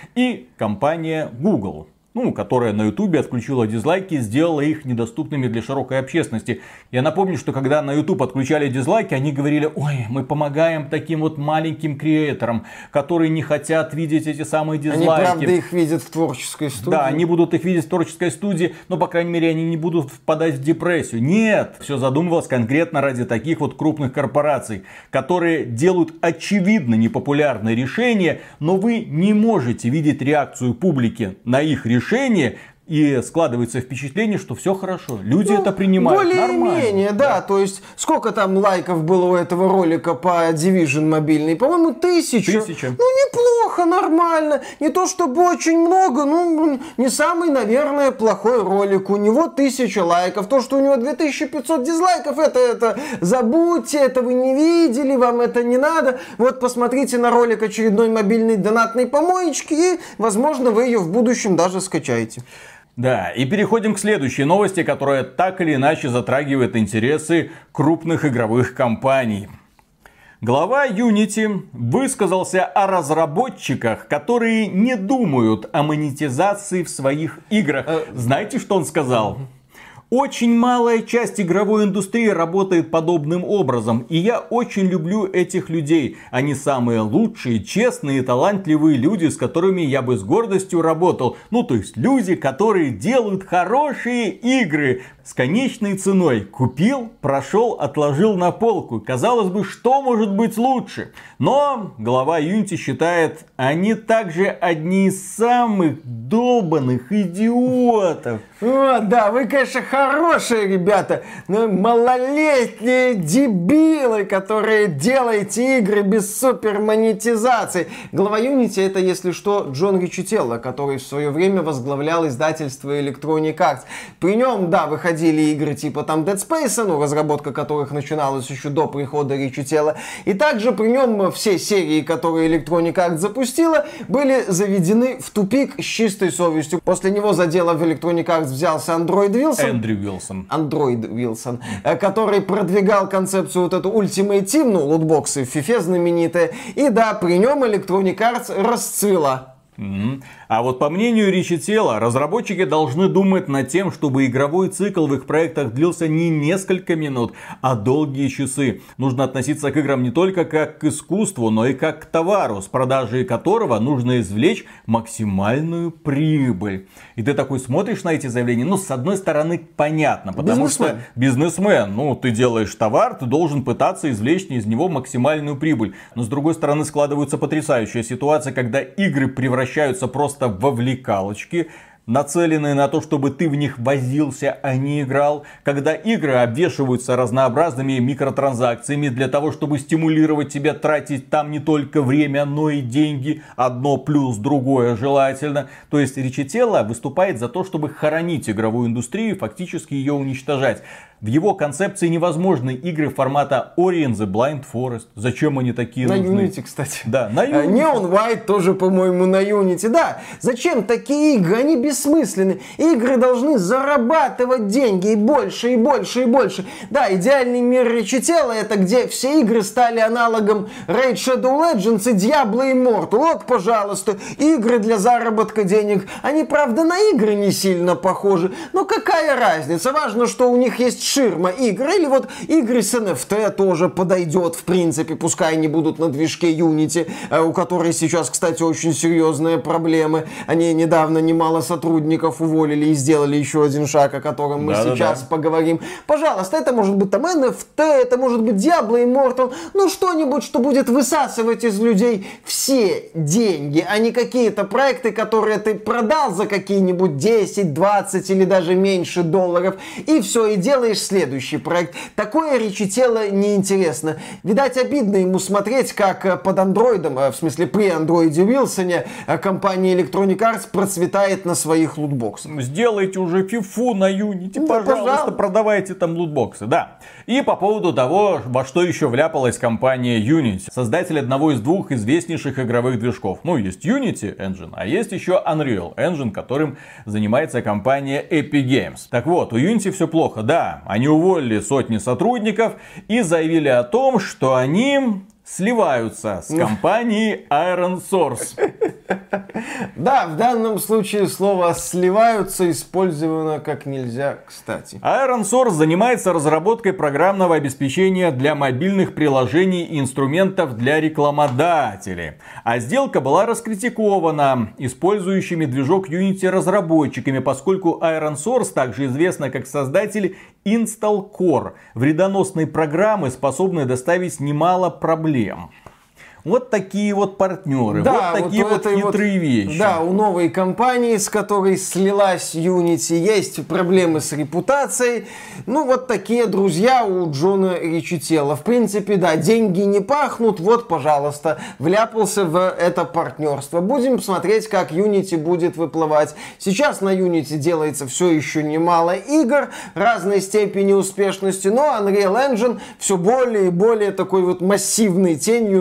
И компания Google, ну, которая на ютубе отключила дизлайки и сделала их недоступными для широкой общественности. Я напомню, что когда на YouTube отключали дизлайки, они говорили, ой, мы помогаем таким вот маленьким креаторам, которые не хотят видеть эти самые дизлайки. Они, правда, их видят в творческой студии. Да, они будут их видеть в творческой студии, но, по крайней мере, они не будут впадать в депрессию. Нет, все задумывалось конкретно ради таких вот крупных корпораций, которые делают очевидно непопулярные решения, но вы не можете видеть реакцию публики на их решения. решение, и складывается впечатление, что все хорошо. Люди ну, это принимают более-менее, да. да. То есть, сколько там лайков было у этого ролика по Division мобильный? По-моему, тысяча. Тысяча. Ну, неплохо, нормально. Не то чтобы очень много, ну, не самый, наверное, плохой ролик. У него тысяча лайков. То, что у него две тысячи пятьсот дизлайков, это, это забудьте, это вы не видели, вам это не надо. Вот посмотрите на ролик очередной мобильной донатной помоечки, и, возможно, вы ее в будущем даже скачаете. Да, и переходим к следующей новости, которая так или иначе затрагивает интересы крупных игровых компаний. Глава Unity высказался о разработчиках, которые не думают о монетизации в своих играх. Знаете, что он сказал? Очень малая часть игровой индустрии работает подобным образом, и я очень люблю этих людей. Они самые лучшие, честные и талантливые люди, с которыми я бы с гордостью работал. Ну, то есть люди, которые делают хорошие игры с конечной ценой. Купил, прошел, отложил на полку. Казалось бы, что может быть лучше? Но глава Unity считает, они также одни из самых долбанных идиотов. О, да, вы, конечно, хорошие ребята, но малолетние дебилы, которые делаете игры без супер монетизации. Глава Unity — это, если что, Джон Ричителло, который в свое время возглавлял издательство Electronic Arts. При нем, да, выходили игры типа там Dead Space, ну, разработка которых начиналась еще до прихода Ричителло. И также при нем все серии, которые Electronic Arts запустила, были заведены в тупик с чистой совестью. После него за дело в Electronic Arts взялся Андроид Вилсон. Эндрю Вилсон. Андроид Вилсон, который продвигал концепцию вот эту Ultimate Team, ну, лутбоксы в FIFA знаменитые. И да, при нем Electronic Arts расцвела. Mm-hmm. А вот по мнению Ричителло, разработчики должны думать над тем, чтобы игровой цикл в их проектах длился не несколько минут, а долгие часы. Нужно относиться к играм не только как к искусству, но и как к товару, с продажей которого нужно извлечь максимальную прибыль. И ты такой смотришь на эти заявления, ну, с одной стороны, понятно, потому бизнесмен. что бизнесмен, ну, ты делаешь товар, ты должен пытаться извлечь из него максимальную прибыль. Но с другой стороны, складывается потрясающая ситуация, когда игры превращаются просто в вовлекалочки, нацеленные на то, чтобы ты в них возился, а не играл. Когда игры обвешиваются разнообразными микротранзакциями для того, чтобы стимулировать тебя тратить там не только время, но и деньги. Одно плюс другое желательно. То есть Ричителло выступает за то, чтобы хоронить игровую индустрию и фактически ее уничтожать. В его концепции невозможны игры формата Ori and the Blind Forest. Зачем они такие на нужны? На Unity, кстати. Да, на Unity. Neon White тоже, по-моему, на Unity. Да, зачем такие игры? Они бессмысленны. Игры должны зарабатывать деньги и больше, и больше, и больше. Да, идеальный мир Ричителло — это где все игры стали аналогом Raid Shadow Legends и Diablo Immortal. Вот, пожалуйста, игры для заработка денег. Они, правда, на игры не сильно похожи. Но какая разница? Важно, что у них есть ширма игры, или вот игры с эн эф ти тоже подойдет, в принципе, пускай они будут на движке Unity, у которой сейчас, кстати, очень серьезные проблемы. Они недавно немало сотрудников уволили и сделали еще один шаг, о котором мы да, сейчас да, да. поговорим. Пожалуйста, это может быть там эн эф ти, это может быть Diablo Immortal, ну что-нибудь, что будет высасывать из людей все деньги, а не какие-то проекты, которые ты продал за какие-нибудь десять, двадцать или даже меньше долларов, и все, и делаешь следующий проект. Такое Ричителло неинтересно. Видать, обидно ему смотреть, как под андроидом, в смысле при андроиде Вилсоне, компания Electronic Arts процветает на своих лутбоксах. Сделайте уже фифу на Unity, да, пожалуйста, пожалуйста, продавайте там лутбоксы. Да. И по поводу того, во что еще вляпалась компания Unity. Создатель одного из двух известнейших игровых движков. Ну, есть Unity Engine, а есть еще Unreal Engine, которым занимается компания Epic Games. Так вот, у Unity все плохо, да. Они уволили сотни сотрудников и заявили о том, что они сливаются с компанией Iron Source. Да, в данном случае слово «сливаются» использовано как нельзя кстати. Iron Source занимается разработкой программного обеспечения для мобильных приложений и инструментов для рекламодателей. А сделка была раскритикована использующими движок Unity разработчиками, поскольку Iron Source также известна как создатель Install Core, вредоносной программы, способной доставить немало проблем. Вот такие вот партнеры, да, вот такие вот, вот хитрые вот, вещи. Да, у новой компании, с которой слилась Unity, есть проблемы с репутацией. Ну, вот такие друзья у Джона Ричителло. В принципе, да, деньги не пахнут. Вот, пожалуйста, вляпался в это партнерство. Будем смотреть, как Unity будет выплывать. Сейчас на Unity делается все еще немало игр разной степени успешности, но Unreal Engine все более и более такой вот массивной тенью нависает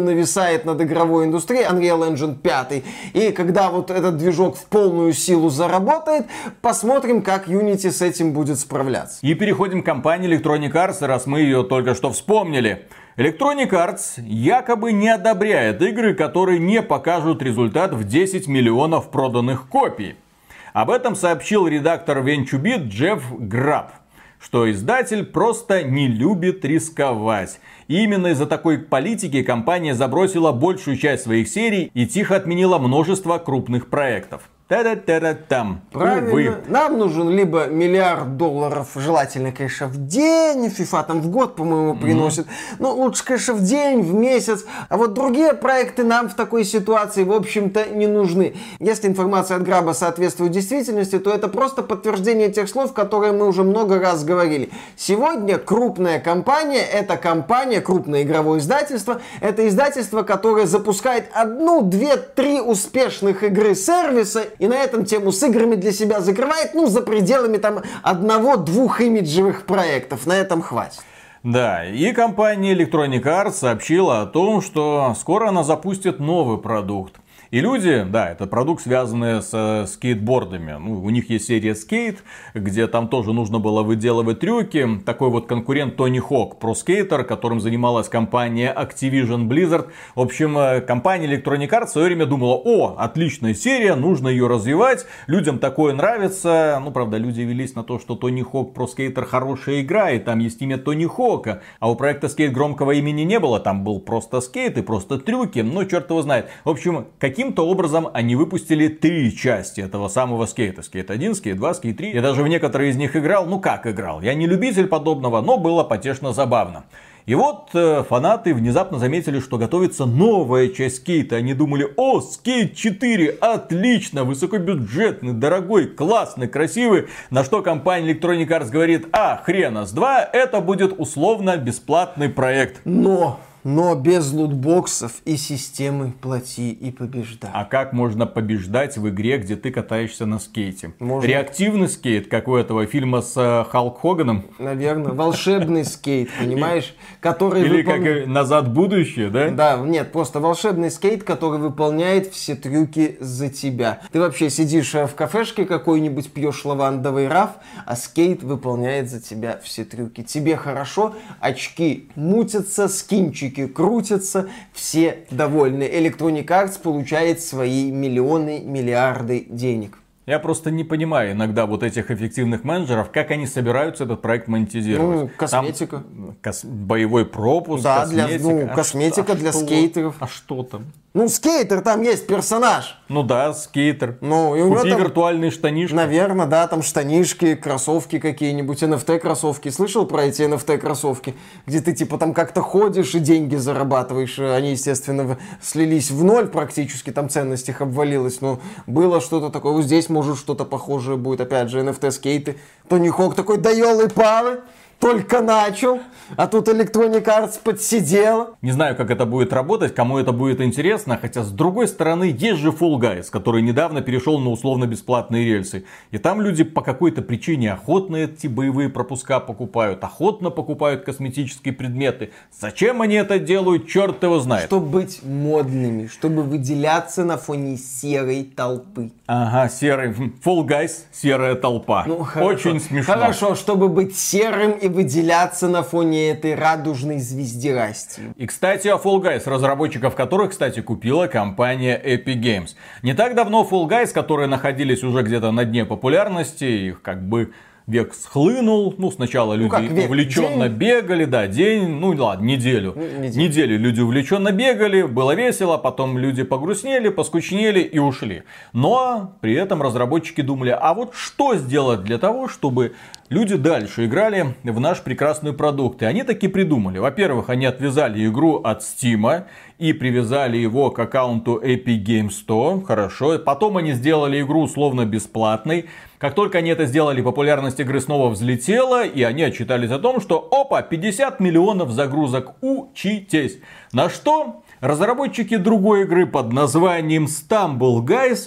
нависает над игровой индустрией, Unreal Engine пять. И когда вот этот движок в полную силу заработает, посмотрим, как Unity с этим будет справляться. И переходим к компании Electronic Arts, раз мы ее только что вспомнили. Electronic Arts якобы не одобряет игры, которые не покажут результат в десять миллионов проданных копий. Об этом сообщил редактор VentureBeat Джефф Граб, что издатель просто не любит рисковать. И именно из-за такой политики компания забросила большую часть своих серий и тихо отменила множество крупных проектов. Та-да-та-да-там. Правильно. Увы. Нам нужен либо миллиард долларов, желательно, конечно, в день. FIFA там в год, по-моему, приносит. Mm-hmm. Но лучше, конечно, в день, в месяц. А вот другие проекты нам в такой ситуации, в общем-то, не нужны. Если информация от Граба соответствует действительности, то это просто подтверждение тех слов, которые мы уже много раз говорили. Сегодня крупная компания, это компания, крупное игровое издательство, это издательство, которое запускает одну, две, три успешных игры сервиса, и на этом тему с играми для себя закрывает, ну, за пределами там одного-двух имиджевых проектов. На этом хватит. Да, и компания Electronic Arts сообщила о том, что скоро она запустит новый продукт. И люди, да, это продукт, связанный с скейтбордами. Ну, у них есть серия Skate, где там тоже нужно было выделывать трюки. Такой вот конкурент Tony Hawk Pro Skater, которым занималась компания Activision Blizzard. В общем, компания Electronic Arts в свое время думала: о, отличная серия, нужно ее развивать, людям такое нравится. Ну, правда, люди велись на то, что Tony Hawk Pro Skater хорошая игра, и там есть имя Тони Хока. А у проекта Skate громкого имени не было, там был просто скейт и просто трюки. Ну, черт его знает. В общем, какие Каким-то образом они выпустили три части этого самого скейта. Скейт один, скейт два, скейт три. Я даже в некоторые из них играл. Ну как играл? Я не любитель подобного, но было потешно забавно. И вот э, фанаты внезапно заметили, что готовится новая часть скейта. Они думали: о, скейт четыре, отлично, высокобюджетный, дорогой, классный, красивый. На что компания Electronic Arts говорит: а, хрена с два, это будет условно бесплатный проект. Но... Но без лутбоксов и системы плати и побеждай. А как можно побеждать в игре, где ты катаешься на скейте? Можно... Реактивный скейт, как у этого фильма с uh, Халк Хоганом? Наверное. Волшебный скейт, понимаешь? Который Или выпол... как «Назад в будущее», да? Да, нет, просто волшебный скейт, который выполняет все трюки за тебя. Ты вообще сидишь в кафешке какой-нибудь, пьешь лавандовый раф, а скейт выполняет за тебя все трюки. Тебе хорошо, очки мутятся, скинчики крутятся, все довольны. Electronic Arts получает свои миллионы, миллиарды денег. Я просто не понимаю иногда вот этих эффективных менеджеров, как они собираются этот проект монетизировать. Ну, косметика. Там кос... боевой пропуск, да, косметика. Для, ну, а косметика что, для а скейтеров. А что там? Ну, скейтер, там есть персонаж. Ну да, скейтер. Ну, и у Купи него там, виртуальные штанишки. Наверное, да, там штанишки, кроссовки какие-нибудь, эн эф ти-кроссовки. Слышал про эти эн эф ти-кроссовки? Где ты, типа, там как-то ходишь и деньги зарабатываешь. Они, естественно, слились в ноль практически, там ценность их обвалилась. Но было что-то такое. Вот здесь, может, что-то похожее будет. Опять же, эн эф ти-скейты. Тони Хок такой: да елы-палы! Только начал, а тут Electronic Arts подсидела. Не знаю, как это будет работать, кому это будет интересно, хотя с другой стороны есть же Fall Guys, который недавно перешел на условно-бесплатные рельсы. И там люди по какой-то причине охотно эти боевые пропуска покупают, охотно покупают косметические предметы. Зачем они это делают, черт его знает. Чтобы быть модными, чтобы выделяться на фоне серой толпы. Ага, серый. Fall Guys, серая толпа. Ну, очень смешно. Хорошо, чтобы быть серым и выделяться на фоне этой радужной звездерасти. И, кстати, о Fall Guys, разработчиков которых, кстати, купила компания Epic Games. Не так давно Fall Guys, которые находились уже где-то на дне популярности, их как бы век схлынул. Ну, сначала люди ну, как, увлеченно день? бегали, да, день, ну ладно, неделю. Неделю. Неделю люди увлеченно бегали, было весело, потом люди погрустнели, поскучнели и ушли. Но при этом разработчики думали: а вот что сделать для того, чтобы люди дальше играли в наш прекрасный продукт. И они таки придумали. Во-первых, они отвязали игру от Steam и привязали его к аккаунту Epic Games Store. Хорошо. Потом они сделали игру условно бесплатной. Как только они это сделали, популярность игры снова взлетела. И они отчитались о том, что опа, пятьдесят миллионов загрузок. Учитесь. На что разработчики другой игры под названием Stumble Guys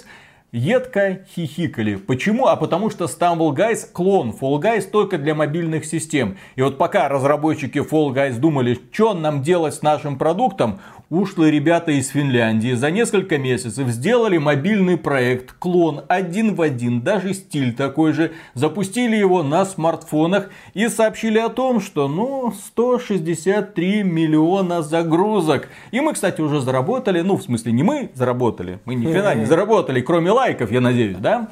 едко хихикали. Почему? А потому что Stumble Guys клон Fall Guys только для мобильных систем. И вот пока разработчики Fall Guys думали, что нам делать с нашим продуктом, Ушлые ребята из Финляндии за несколько месяцев сделали мобильный проект, клон один в один, даже стиль такой же, запустили его на смартфонах и сообщили о том, что ну сто шестьдесят три миллиона загрузок. И мы, кстати, уже заработали, ну в смысле не мы заработали, мы ни хрена не заработали, кроме лайков, я надеюсь, да?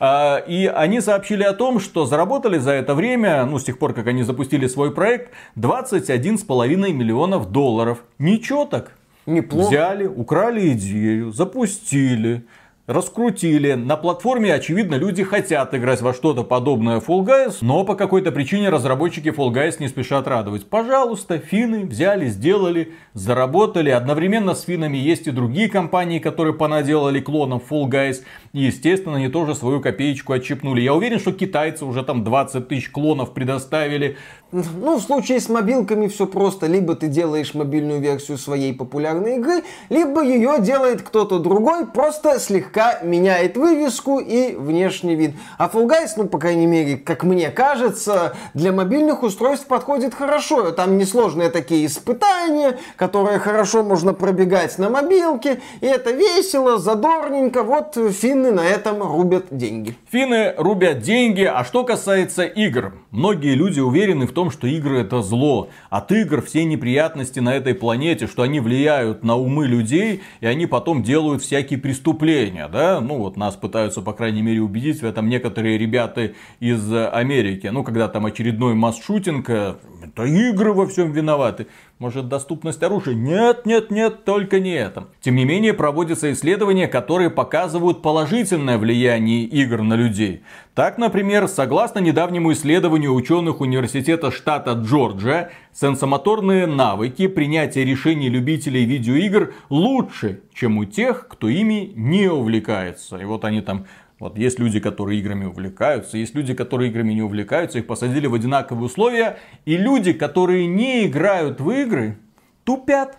И они сообщили о том, что заработали за это время, ну с тех пор, как они запустили свой проект, двадцать один с половиной миллионов долларов. Ничего так. Неплохо. Взяли, украли идею, запустили, раскрутили. На платформе, очевидно, люди хотят играть во что-то подобное Fall Guys, но по какой-то причине разработчики Fall Guys не спешат радовать. Пожалуйста, финны взяли, сделали, заработали. Одновременно с финнами есть и другие компании, которые понаделали клонов Fall Guys. И, естественно, они тоже свою копеечку отщипнули. Я уверен, что китайцы уже там двадцать тысяч клонов предоставили. Ну, в случае с мобилками все просто. Либо ты делаешь мобильную версию своей популярной игры, либо ее делает кто-то другой, просто слегка меняет вывеску и внешний вид. А Fall Guys, ну, по крайней мере, как мне кажется, для мобильных устройств подходит хорошо. Там несложные такие испытания, которые хорошо можно пробегать на мобилке. И это весело, задорненько. Вот финны на этом рубят деньги. Финны рубят деньги. А что касается игр, многие люди уверены в том, что игры это зло. От игр все неприятности на этой планете, что они влияют на умы людей, и они потом делают всякие преступления, да? Ну вот нас пытаются, по крайней мере, убедить в этом некоторые ребята из Америки. Ну, когда там очередной масс-шутинг, это игры во всем виноваты. Может, доступность оружия? Нет, нет, нет, только не это. Тем не менее, проводятся исследования, которые показывают положительное влияние игр на людей. Так, например, согласно недавнему исследованию ученых университета штата Джорджия, сенсомоторные навыки принятия решений любителей видеоигр лучше, чем у тех, кто ими не увлекается. И вот они там... Вот есть люди, которые играми увлекаются, есть люди, которые играми не увлекаются, их посадили в одинаковые условия, и люди, которые не играют в игры, тупят.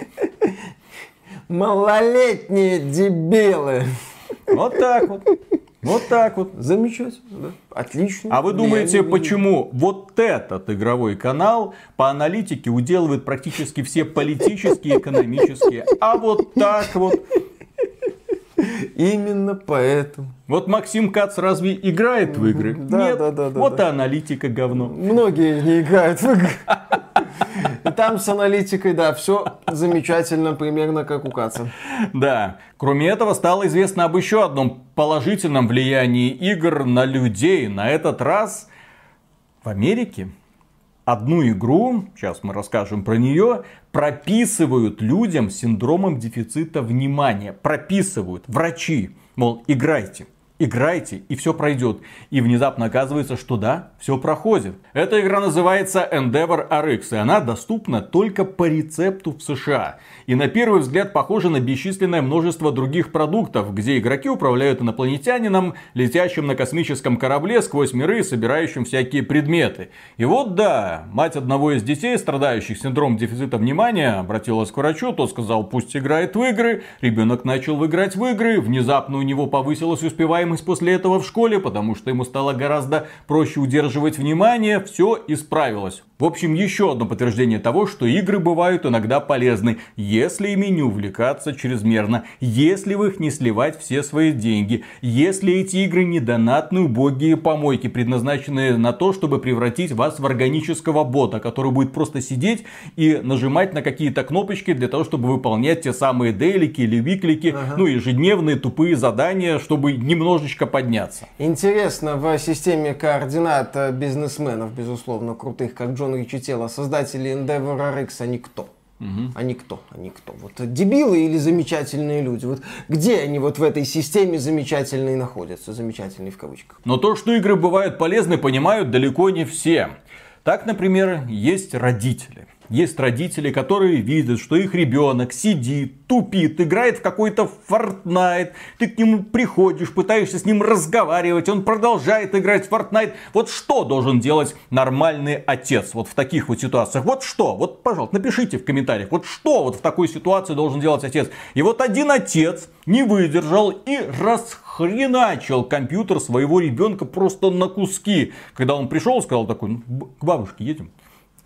Малолетние дебилы. Вот так вот. Вот так вот. Замечательно, да? Отлично. А вы думаете, почему вот этот игровой канал по аналитике уделывает практически все политические, экономические, а вот так вот? Именно поэтому. Вот Максим Кац разве играет в игры? Да, Нет. да, да, да, вот да. и аналитика говно. Многие не играют в игры. И там с аналитикой, да, все замечательно, примерно как у Каца. Да. Кроме этого, стало известно об еще одном положительном влиянии игр на людей. На этот раз в Америке одну игру, сейчас мы расскажем про нее, прописывают людям с синдромом дефицита внимания. Прописывают врачи. Мол, играйте. Играйте, и все пройдет. И внезапно оказывается, что да, все проходит. Эта игра называется Endeavor ар икс, и она доступна только по рецепту в США. И на первый взгляд похожа на бесчисленное множество других продуктов, где игроки управляют инопланетянином, летящим на космическом корабле сквозь миры, собирающим всякие предметы. И вот да, мать одного из детей, страдающих синдромом дефицита внимания, обратилась к врачу, тот сказал, пусть играет в игры. Ребенок начал играть в игры, внезапно у него повысилась успеваемость после этого в школе, потому что ему стало гораздо проще удерживать внимание, все исправилось. В общем, еще одно подтверждение того, что игры бывают иногда полезны, если ими не увлекаться чрезмерно, если в их не сливать все свои деньги, если эти игры не донатные убогие помойки, предназначенные на то, чтобы превратить вас в органического бота, который будет просто сидеть и нажимать на какие-то кнопочки для того, чтобы выполнять те самые дейлики или виклики, ага. ну ежедневные тупые задания, чтобы немножечко подняться. Интересно, в системе координат бизнесменов, безусловно, крутых, как Джон Ричителло, создатели Endeavor ар икс, они кто? Угу. Они кто? Они кто? Вот дебилы или замечательные люди? Вот где они вот в этой системе замечательные находятся? Замечательные в кавычках. Но то, что игры бывают полезны, понимают далеко не все. Так, например, есть родители. Есть родители, которые видят, что их ребенок сидит, тупит, играет в какой-то Fortnite. Ты к нему приходишь, пытаешься с ним разговаривать, он продолжает играть в Fortnite. Вот что должен делать нормальный отец вот в таких вот ситуациях? Вот что? Вот, пожалуйста, напишите в комментариях. Вот что вот в такой ситуации должен делать отец? И вот один отец не выдержал и расхреначил компьютер своего ребенка просто на куски. Когда он пришел, сказал такой, ну, к бабушке едем.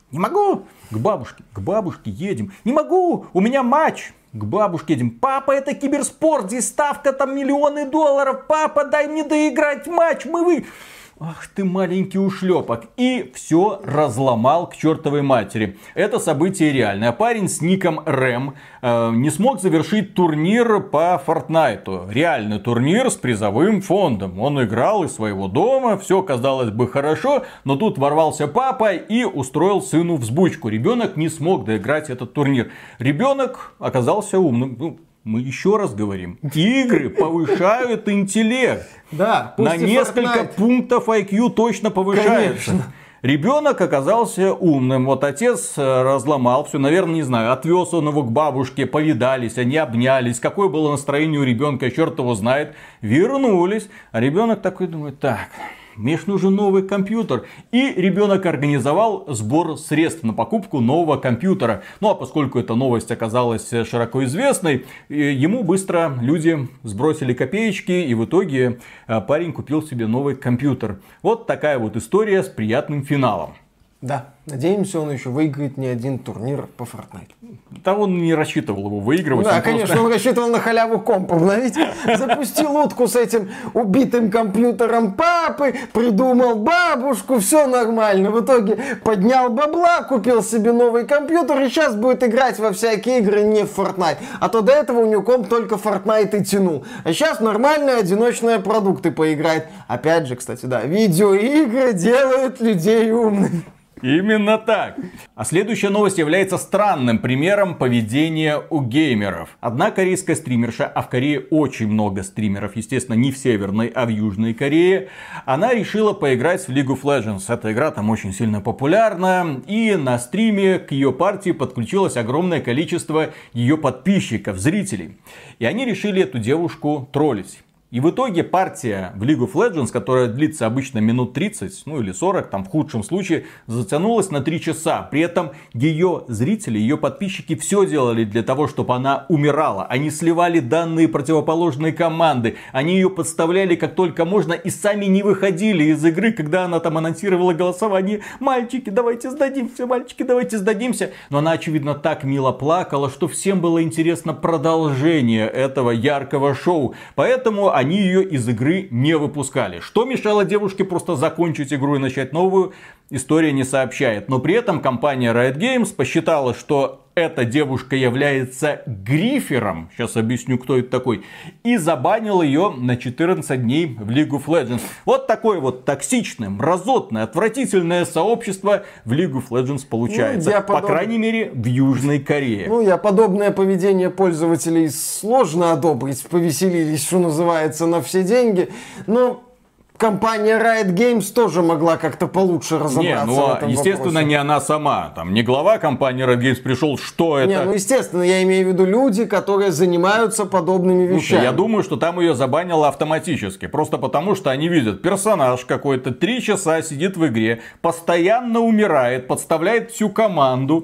Не могу. К бабушке, к бабушке едем. Не могу, у меня матч. К бабушке едем. Папа, это киберспорт, здесь ставка там миллионы долларов. Папа, дай мне доиграть матч, мы вы... Ах ты маленький ушлепок. И все разломал к чертовой матери. Это событие реальное. Парень с ником Рэм э, не смог завершить турнир по Фортнайту. Реальный турнир с призовым фондом. Он играл из своего дома, все казалось бы хорошо, но тут ворвался папа и устроил сыну взбучку. Ребенок не смог доиграть этот турнир. Ребенок оказался умным. Ну, мы еще раз говорим, игры повышают интеллект. Да, на несколько Fortnite. Пунктов ай кью точно повышается. Конечно. Ребенок оказался умным. Вот отец разломал все, наверное, не знаю, отвез он его к бабушке, повидались, они обнялись. Какое было настроение у ребенка, черт его знает. Вернулись, а ребенок такой думает, так... Мне ж нужен новый компьютер. И ребенок организовал сбор средств на покупку нового компьютера. Ну а поскольку эта новость оказалась широко известной, ему быстро люди сбросили копеечки. И в итоге парень купил себе новый компьютер. Вот такая вот история с приятным финалом. Да, надеемся, он еще выиграет не один турнир по Fortnite. Да он не рассчитывал его выигрывать. Да, он конечно, просто... он рассчитывал на халяву комп обновить. Запустил утку с этим убитым компьютером папы, придумал бабушку, все нормально. В итоге поднял бабла, купил себе новый компьютер и сейчас будет играть во всякие игры не в Fortnite. А то до этого у него комп только Fortnite и тянул. А сейчас нормальные одиночные продукты поиграет. Опять же, кстати, да, видеоигры делают людей умными. Именно так. А следующая новость является странным примером поведения у геймеров. Одна корейская стримерша, а в Корее очень много стримеров, естественно, не в Северной, а в Южной Корее, она решила поиграть в League of Legends. Эта игра там очень сильно популярна, и на стриме к ее партии подключилось огромное количество ее подписчиков, зрителей. И они решили эту девушку троллить. И в итоге партия в League of Legends, которая длится обычно минут тридцать, ну или сорок, там в худшем случае, затянулась на три часа. При этом ее зрители, ее подписчики все делали для того, чтобы она умирала. Они сливали данные противоположной команды, они ее подставляли как только можно и сами не выходили из игры, когда она там анонсировала голосование. Мальчики, давайте сдадимся, мальчики, давайте сдадимся. Но она, очевидно, так мило плакала, что всем было интересно продолжение этого яркого шоу. Поэтому они ее из игры не выпускали. Что мешало девушке просто закончить игру и начать новую, история не сообщает. Но при этом компания Riot Games посчитала, что эта девушка является грифером. Сейчас объясню, кто это такой. И забанил ее на четырнадцать дней в League of Legends. Вот такое вот токсичное, мразотное, отвратительное сообщество в League of Legends получается. Ну, По подоб... крайней мере, в Южной Корее. Ну, я подобное поведение пользователей сложно одобрить. Повеселились, что называется, на все деньги. Но... Компания Riot Games тоже могла как-то получше разобраться. Не, ну, в этом естественно, вопросе. Не она сама. Там не глава компании Riot Games пришел, что это. Не, ну, естественно, я имею в виду люди, которые занимаются подобными вещами. Слушай, я думаю, что там ее забанило автоматически. Просто потому, что они видят, персонаж какой-то три часа сидит в игре, постоянно умирает, подставляет всю команду.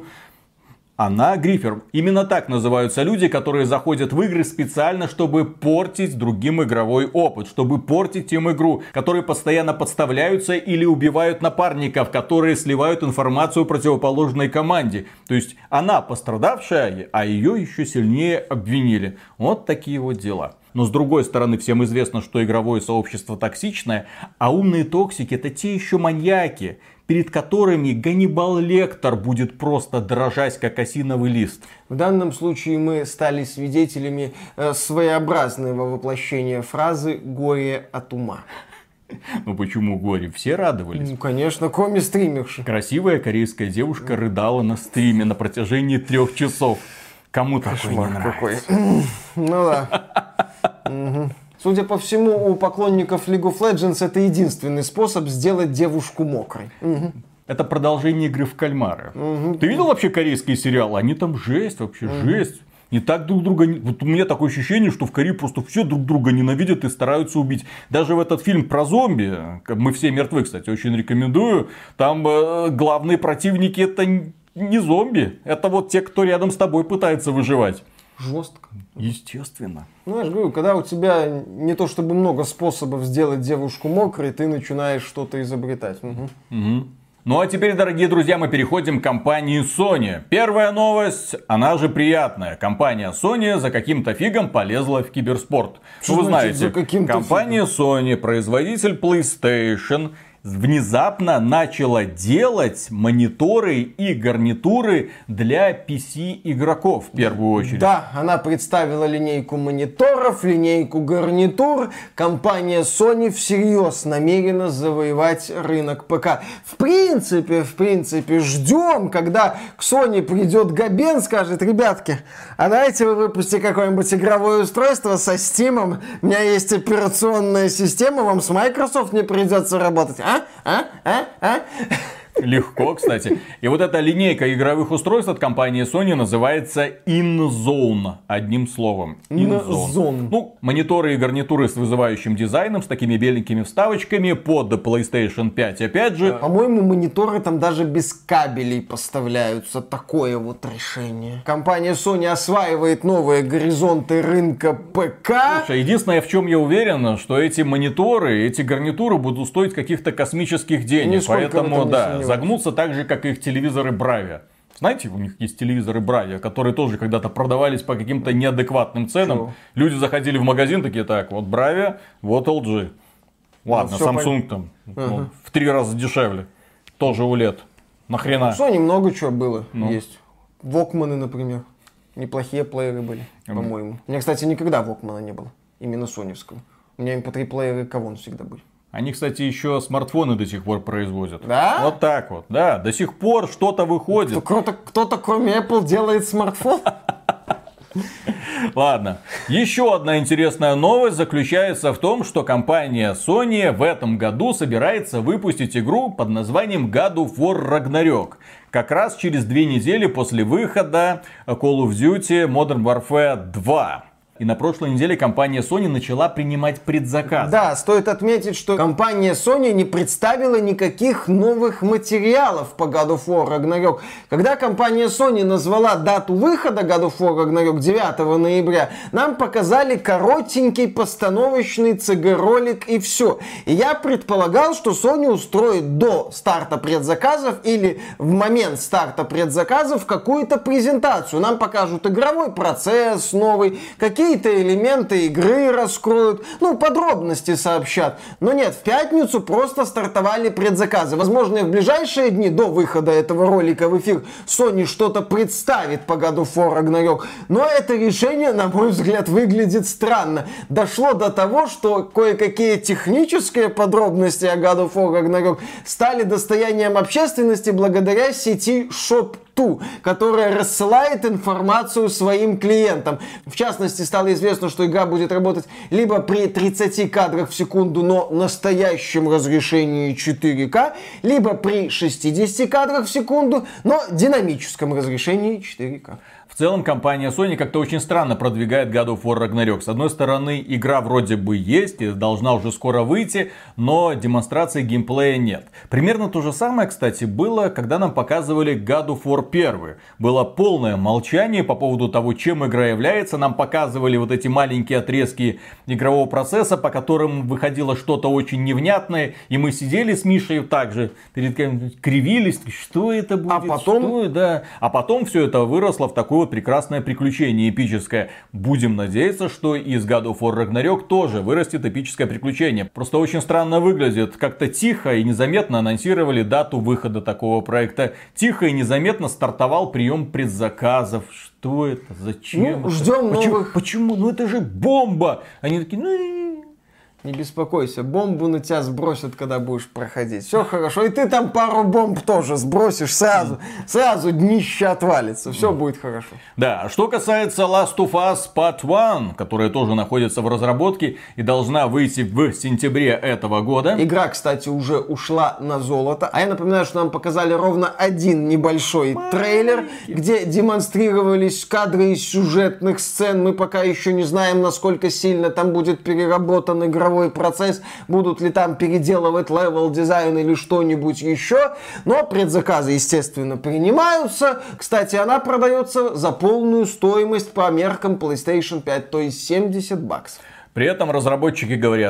Она грифер. Именно так называются люди, которые заходят в игры специально, чтобы портить другим игровой опыт, чтобы портить им игру, которые постоянно подставляются или убивают напарников, которые сливают информацию противоположной команде. То есть она пострадавшая, а ее еще сильнее обвинили. Вот такие вот дела. Но с другой стороны, всем известно, что игровое сообщество токсичное, а умные токсики — это те еще маньяки, перед которыми Ганнибал Лектор будет просто дрожать, как осиновый лист. В данном случае мы стали свидетелями э, своеобразного воплощения фразы «горе от ума». Ну почему горе? Все радовались. Ну, конечно, коми-стримерши. Красивая корейская девушка рыдала на стриме на протяжении трех часов. Кому такой не нравится? Какой. Ну да. Судя по всему, у поклонников League of Legends это единственный способ сделать девушку мокрой. Угу. Это продолжение игры в кальмара. Угу. Ты видел вообще корейские сериалы? Они там жесть, вообще угу. жесть. Не так друг друга... Вот у меня такое ощущение, что в Корее просто все друг друга ненавидят и стараются убить. Даже в этот фильм про зомби, «Мы все мертвы», кстати, очень рекомендую. Там э, главные противники — это не зомби. Это вот те, кто рядом с тобой пытается выживать. Жестко. Естественно. Ну, я же говорю, когда у тебя не то чтобы много способов сделать девушку мокрой, ты начинаешь что-то изобретать. Угу. Угу. Ну а теперь, дорогие друзья, мы переходим к компании Sony. Первая новость, она же приятная. Компания Sony за каким-то фигом полезла в киберспорт. Что ну, вы значит, знаете, компания фигом? Sony, производитель PlayStation, внезапно начала делать мониторы и гарнитуры для пи си игроков в первую очередь. Да, она представила линейку мониторов, линейку гарнитур. Компания Sony всерьез намерена завоевать рынок ПК. В принципе, в принципе, ждем, когда к Sony придет Габен, скажет: ребятки, а давайте вы выпустите какое-нибудь игровое устройство со Steam, у меня есть операционная система, вам с Microsoft не придется работать, а? А? А? А? Легко, кстати. И вот эта линейка игровых устройств от компании Sony называется InZone. Одним словом. InZone. Ну, мониторы и гарнитуры с вызывающим дизайном, с такими беленькими вставочками под PlayStation пять. Опять же... По-моему, мониторы там даже без кабелей поставляются. Такое вот решение. Компания Sony осваивает новые горизонты рынка ПК. Слушай, единственное, в чем я уверен, что эти мониторы, эти гарнитуры будут стоить каких-то космических денег. Нисколько Поэтому, да, загнутся так же, как и их телевизоры Bravia. Знаете, у них есть телевизоры Bravia, которые тоже когда-то продавались по каким-то неадекватным ценам. Чего? Люди заходили в магазин, такие: так, вот Bravia, вот эл джи. Ладно, ну, Samsung пон... там ага. ну, в три раза дешевле. Тоже о лед. Нахрена? В Sony много чего было. Ну. Есть. Вокманы, например. Неплохие плееры были, mm. по-моему. У меня, кстати, никогда Вокмана не было. Именно соневского. У меня эм пи три плееры Кавон всегда были. Они, кстати, еще смартфоны до сих пор производят. Да? Вот так вот, да. До сих пор что-то выходит. Кто-то, кто-то кроме Apple делает смартфон? Ладно. Еще одна интересная новость заключается в том, что компания Sony в этом году собирается выпустить игру под названием God of War Ragnarok. Как раз через две недели после выхода Call of Duty Modern Warfare два. И на прошлой неделе компания Sony начала принимать предзаказы. Да, стоит отметить, что компания Sony не представила никаких новых материалов по God of War Ragnarok. Когда компания Sony назвала дату выхода God of War Ragnarok девятого ноября, нам показали коротенький постановочный си джи-ролик и все. И я предполагал, что Sony устроит до старта предзаказов или в момент старта предзаказов какую-то презентацию. Нам покажут игровой процесс новый, какие Какие-то элементы игры раскроют, ну, подробности сообщат. Но нет, в пятницу просто стартовали предзаказы. Возможно, и в ближайшие дни до выхода этого ролика в эфир Sony что-то представит по God of War Ragnarok. Но это решение, на мой взгляд, выглядит странно. Дошло до того, что кое-какие технические подробности о God of War Ragnarok стали достоянием общественности благодаря сети Shop ту, которая рассылает информацию своим клиентам. В частности, стало известно, что игра будет работать либо при тридцати кадрах в секунду, но настоящем разрешении четыре ка, либо при шестидесяти кадрах в секунду, но динамическом разрешении четыре ка. В целом, компания Sony как-то очень странно продвигает God of War Ragnarok. С одной стороны, игра вроде бы есть и должна уже скоро выйти, но демонстрации геймплея нет. Примерно то же самое, кстати, было, когда нам показывали God of War один. Было полное молчание по поводу того, чем игра является. Нам показывали вот эти маленькие отрезки игрового процесса, по которым выходило что-то очень невнятное. И мы сидели с Мишей также, перед кем кривились, что это будет, а потом... что, да. А потом все это выросло в такую вот прекрасное приключение эпическое. Будем надеяться, что из God of War Ragnarok тоже вырастет эпическое приключение. Просто очень странно выглядит. Как-то тихо и незаметно анонсировали дату выхода такого проекта. Тихо и незаметно стартовал прием предзаказов. Что это? Зачем? Ну, это? ждем Почему? новых... Почему? Ну это же бомба! Они такие, ну... Не беспокойся, бомбу на тебя сбросят, когда будешь проходить. Все хорошо. И ты там пару бомб тоже сбросишь сразу. Сразу днище отвалится. Все будет хорошо. Да, что касается Last of Us Part один, которая тоже находится в разработке и должна выйти в сентябре этого года. Игра, кстати, уже ушла на золото. А я напоминаю, что нам показали ровно один небольшой Маленький. трейлер, где демонстрировались кадры из сюжетных сцен. Мы пока еще не знаем, насколько сильно там будет переработан игровой процесс, будут ли там переделывать левел дизайн или что-нибудь еще. Но предзаказы, естественно, принимаются. Кстати, она продается за полную стоимость по меркам PlayStation пять, то есть семьдесят баксов. При этом разработчики говорят: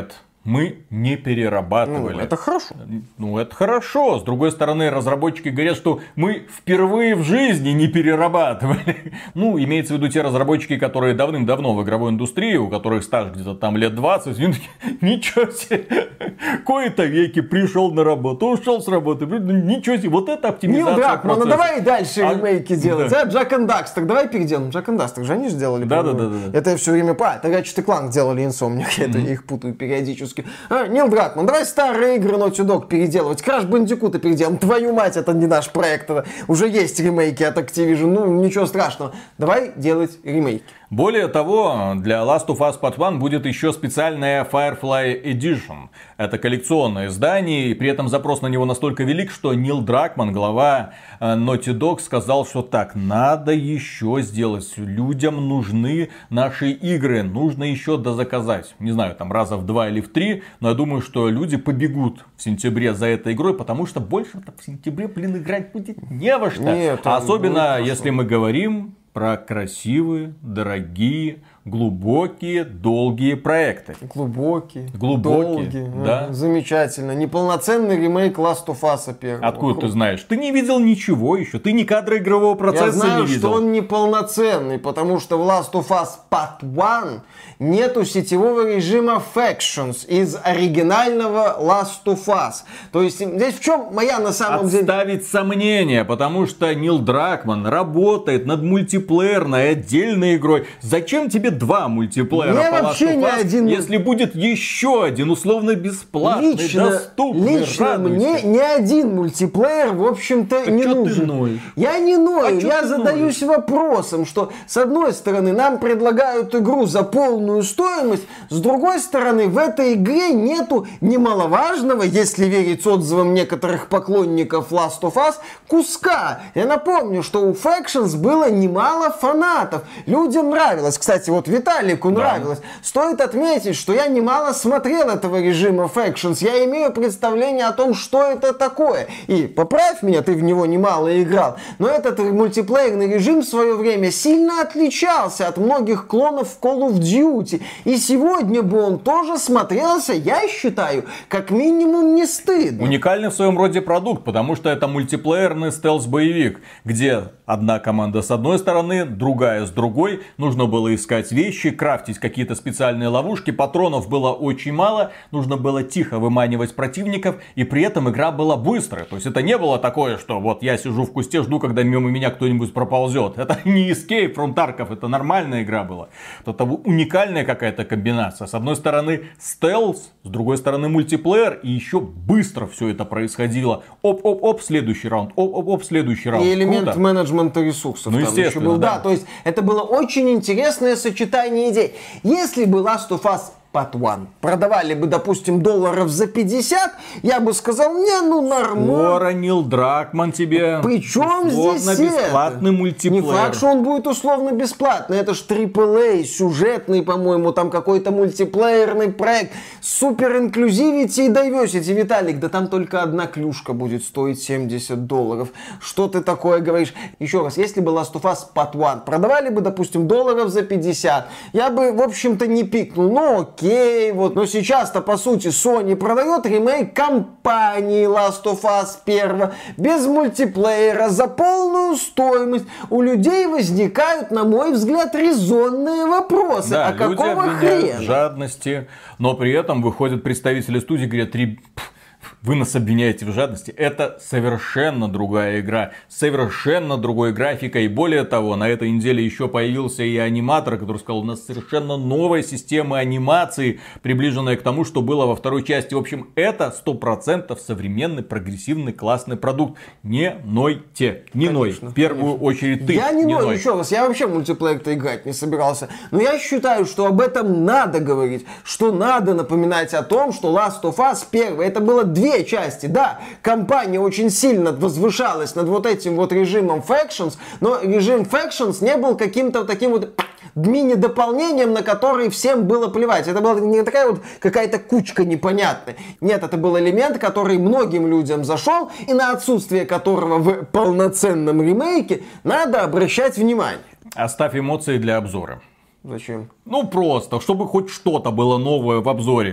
мы не перерабатывали. Ну, это хорошо. Ну, это хорошо. С другой стороны, разработчики говорят, что мы впервые в жизни не перерабатывали. Ну, имеется в виду те разработчики, которые давным-давно в игровой индустрии, у которых стаж где-то там лет двадцать, ничего себе, кои-то веки пришел на работу, ушел с работы, ничего себе, вот это оптимизация Нил Дракман, процесса. ну давай дальше А, ремейки делать, да. а? Джак энд Дакстер, давай переделаем. Джак энд Дакстер же они же делали. Да, да, да, да, да. Это я все время... А, это Ratchet и Clank делали Insomniac, это я их путаю периодически. А, Нил Дракман, давай старые игры Naughty Dog переделывать, Crash Bandicoot переделаем. Твою мать, это не наш проект, это уже есть ремейки от Activision, ну ничего страшного. Давай делать ремейки. Более того, для Last of Us Part один будет еще специальная Firefly Edition. Это коллекционное издание, и при этом запрос на него настолько велик, что Нил Дракман, глава Naughty Dog, сказал, что так, надо еще сделать. Людям нужны наши игры, нужно еще дозаказать. Не знаю, там раза в два или в три, но я думаю, что люди побегут в сентябре за этой игрой, потому что больше в сентябре, блин, играть будет не во что. Нет, а особенно, будет если мы говорим про красивые, дорогие, глубокие, долгие проекты. Глубокие, Глубокие, долгие, да. а, замечательно. Неполноценный ремейк Last of Us первого. Откуда Круто. ты знаешь? Ты не видел ничего еще. Ты ни кадра игрового процесса Я знаю, не видел. что он неполноценный, потому что в Last of Us Part один нету сетевого режима Factions из оригинального Last of Us. То есть здесь в чем моя на самом деле... Отставить сомнения, потому что Нил Дракман работает над мультиплеерной отдельной игрой. Зачем тебе два мультиплеера Мне по вообще Last of ни Us, один- если будет еще один условно бесплатный, Лично, доступный? лично радуйся. мне ни один мультиплеер, в общем-то, не чё ты нужен. ноешь? Я не ною, А чё я ты задаюсь вопросом, что с одной стороны нам предлагают игру за полную стоимость, с другой стороны в этой игре нету немаловажного, если верить отзывам некоторых поклонников Last of Us, куска. Я напомню, что у Factions было немало фанатов. Людям нравилось. Кстати, вот Виталику Да. нравилось. Стоит отметить, что я немало смотрел этого режима Factions. Я имею представление о том, что это такое. И поправь меня, ты в него немало играл. Но этот мультиплеерный режим в свое время сильно отличался от многих клонов Call of Duty. И сегодня бы он тоже смотрелся, я считаю, как минимум не стыдно. Уникальный в своем роде продукт, потому что это мультиплеерный стелс-боевик, где одна команда с одной стороны, другая с другой. Нужно было искать вещи, крафтить какие-то специальные ловушки. Патронов было очень мало. Нужно было тихо выманивать противников. И при этом игра была быстрая. То есть это не было такое, что вот я сижу в кусте, жду, когда мимо меня кто-нибудь проползет. Это не Escape from Tarkov, это нормальная игра была. Это уникальная какая-то комбинация. С одной стороны стелс, с другой стороны мультиплеер. И еще быстро все это происходило. Оп-оп-оп, следующий раунд. Оп-оп-оп, следующий раунд. И элемент Круто. менеджмента ресурсов. Ну, там еще естественно, был. да. Да, то есть это было очень интересное сочетание идей. Если бы Last of Us Part один продавали бы, допустим, долларов за пятьдесят, я бы сказал, не, ну нормально. Скоро Нил Дракман тебе Причем здесь это? бесплатный мультиплеер. Не факт, что он будет условно бесплатный. Это ж трипл эй, сюжетный, по-моему, там какой-то мультиплеерный проект. Супер инклюзивити и diversity, Виталик. Да там только одна клюшка будет стоить семьдесят долларов. Что ты такое говоришь? Еще раз, если бы Last of Us Part один продавали бы, допустим, долларов за пятьдесят, я бы, в общем-то, не пикнул. Ну, окей, вот. Но сейчас-то, по сути, Sony продает ремейк кампании Last of Us один без мультиплеера за полную стоимость. У людей возникают, на мой взгляд, резонные вопросы. Да, а люди какого обвиняют хрена? в жадности, но при этом выходят представители студии и говорят, «Реб- вы нас обвиняете в жадности». Это совершенно другая игра, совершенно другой графикой. И более того, на этой неделе еще появился и аниматор, который сказал, у нас совершенно новая система анимации, приближенная к тому, что было во второй части. В общем, это сто процентов современный, прогрессивный, классный продукт. Не нойте. Не ной. В первую очередь ты. Я не, ной, ной. еще раз, я вообще в мультиплеер-то играть не собирался. Но я считаю, что об этом надо говорить, что надо напоминать о том, что Last of Us один, это было две части. Да, компания очень сильно возвышалась над вот этим вот режимом Factions, но режим Factions не был каким-то таким вот мини-дополнением, на который всем было плевать. Это была не такая вот какая-то кучка непонятная. Нет, это был элемент, который многим людям зашел, и на отсутствие которого в полноценном ремейке надо обращать внимание. Оставь эмоции для обзора. Зачем? Ну просто, чтобы хоть что-то было новое в обзоре.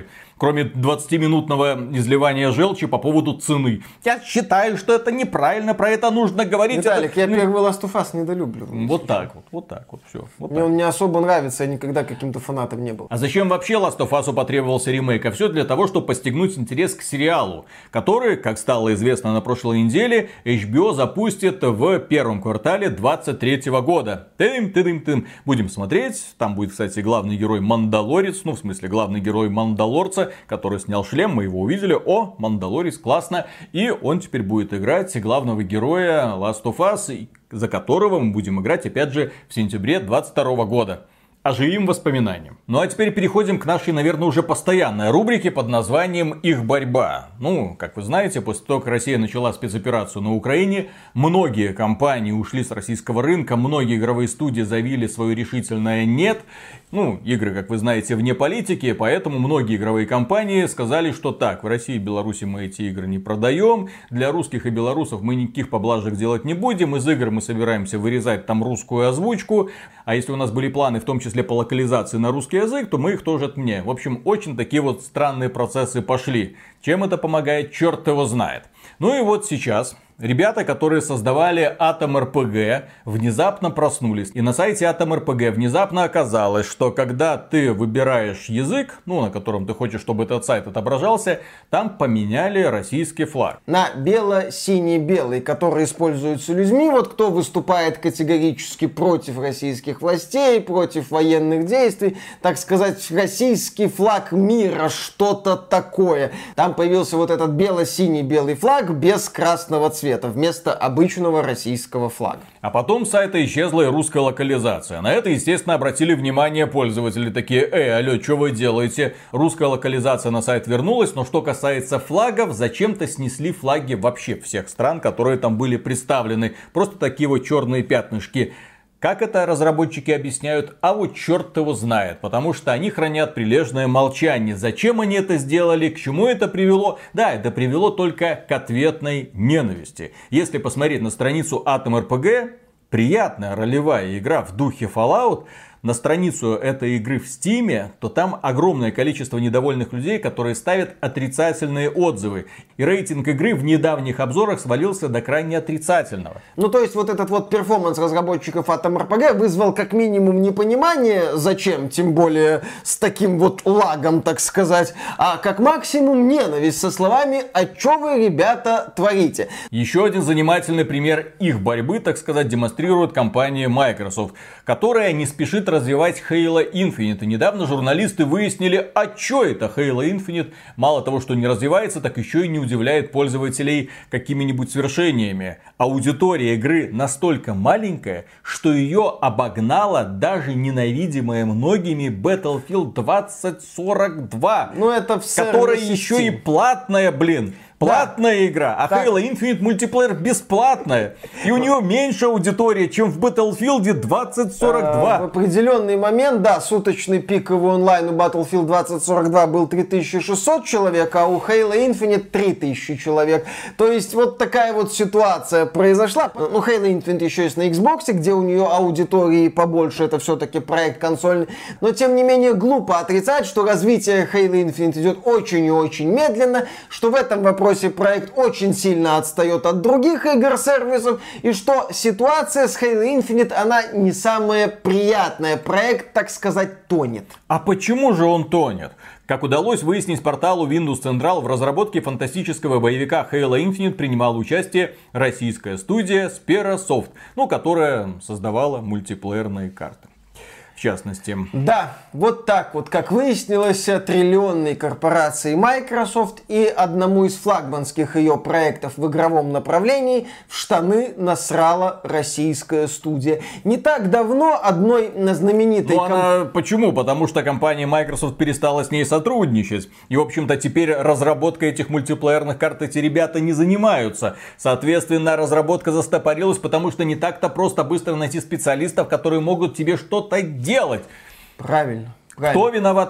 Кроме двадцатиминутного изливания желчи по поводу цены. Я считаю, что это неправильно, про это нужно говорить. Виталик, это... я первый Last of Us недолюбливаю. Вот так вот, вот так вот, все. Вот Мне так. он не особо нравится, я никогда каким-то фанатом не был. А зачем вообще Last of Us потребовался ремейк? А все для того, чтобы постигнуть интерес к сериалу, который, как стало известно на прошлой неделе, эйч би о запустит в первом квартале двадцать третьего года. Тым-тым-тым. Будем смотреть. Там будет, кстати, главный герой Мандалорец. Ну, в смысле, главный герой Мандалорца, который снял шлем, мы его увидели. О, Мандалорец, классно. И он теперь будет играть главного героя Last of Us, за которого мы будем играть, опять же, в сентябре двадцать второго года. Оживим воспоминаниям. Ну а теперь переходим к нашей, наверное, уже постоянной рубрике под названием «Их борьба». Ну, как вы знаете, после того, как Россия начала спецоперацию на Украине, многие компании ушли с российского рынка, многие игровые студии заявили свое решительное «нет». Ну, игры, как вы знаете, вне политики, поэтому многие игровые компании сказали, что так, в России и Беларуси мы эти игры не продаем, для русских и белорусов мы никаких поблажек делать не будем, из игр мы собираемся вырезать там русскую озвучку, а если у нас были планы, в том числе по локализации на русский язык, то мы их тоже отменяем. В общем, очень такие вот странные процессы пошли. Чем это помогает, черт его знает. Ну и вот сейчас ребята, которые создавали Atom эр пи джи, внезапно проснулись. И на сайте Atom эр пи джи внезапно оказалось, что когда ты выбираешь язык, ну, на котором ты хочешь, чтобы этот сайт отображался, там поменяли российский флаг. На бело-синий-белый, который используется людьми, вот кто выступает категорически против российских властей, против военных действий, так сказать, российский флаг мира, что-то такое. Там появился вот этот бело-синий-белый флаг без красного цвета, вместо обычного российского флага. А потом с сайта исчезла и русская локализация. На это, естественно, обратили внимание пользователи. Такие: эй, алло, что вы делаете? Русская локализация на сайт вернулась, но что касается флагов, зачем-то снесли флаги вообще всех стран, которые там были представлены. Просто такие вот черные пятнышки. Как это разработчики объясняют? А вот черт его знает, потому что они хранят прилежное молчание. Зачем они это сделали, к чему это привело? Да, это привело только к ответной ненависти. Если посмотреть на страницу Atom эр пи джи, приятная ролевая игра в духе Fallout, на страницу этой игры в Steam, то там огромное количество недовольных людей, которые ставят отрицательные отзывы. И рейтинг игры в недавних обзорах свалился до крайне отрицательного. Ну, то есть, вот этот вот перформанс разработчиков Atom эр пи джи вызвал как минимум непонимание, зачем, тем более с таким вот лагом, так сказать, а как максимум ненависть со словами: «А чё вы, ребята, творите?» Еще один занимательный пример их борьбы, так сказать, демонстрирует компания Microsoft, которая не спешит развивать Halo Infinite. И недавно журналисты выяснили, а чё это Halo Infinite мало того, что не развивается, так еще и не удивляет пользователей какими-нибудь свершениями. Аудитория игры настолько маленькая, что ее обогнала даже ненавидимая многими Battlefield двадцать сорок два. Ну, это в которая еще и платная, блин. Платная да. игра, а так. Halo Infinite мультиплеер бесплатная. И у нее меньше аудитории, чем в Battlefield двадцать сорок два. А, в определенный момент, да, суточный пиковый онлайн у Battlefield двадцать сорок два был три тысячи шестьсот человек, а у Halo Infinite три тысячи человек. То есть вот такая вот ситуация произошла. Ну, Halo Infinite еще есть на Xbox, где у нее аудитории побольше, это все-таки проект консольный. Но тем не менее глупо отрицать, что развитие Halo Infinite идет очень и очень медленно, что в этом вопросе проект очень сильно отстает от других игр-сервисов, и что ситуация с Halo Infinite, она не самая приятная. Проект, так сказать, тонет. А почему же он тонет? Как удалось выяснить порталу Windows Central, в разработке фантастического боевика Halo Infinite принимала участие российская студия Sperasoft, ну, которая создавала мультиплеерные карты. В частности. Да, вот так вот, как выяснилось, триллионной корпорации Microsoft и одному из флагманских ее проектов в игровом направлении в штаны насрала российская студия. Не так давно одной знаменитой... Ну, она... Почему? Потому что компания Microsoft перестала с ней сотрудничать. И, в общем-то, теперь разработкой этих мультиплеерных карт эти ребята не занимаются. Соответственно, разработка застопорилась, потому что не так-то просто быстро найти специалистов, которые могут тебе что-то делать. Правильно. Правильно. Кто виноват?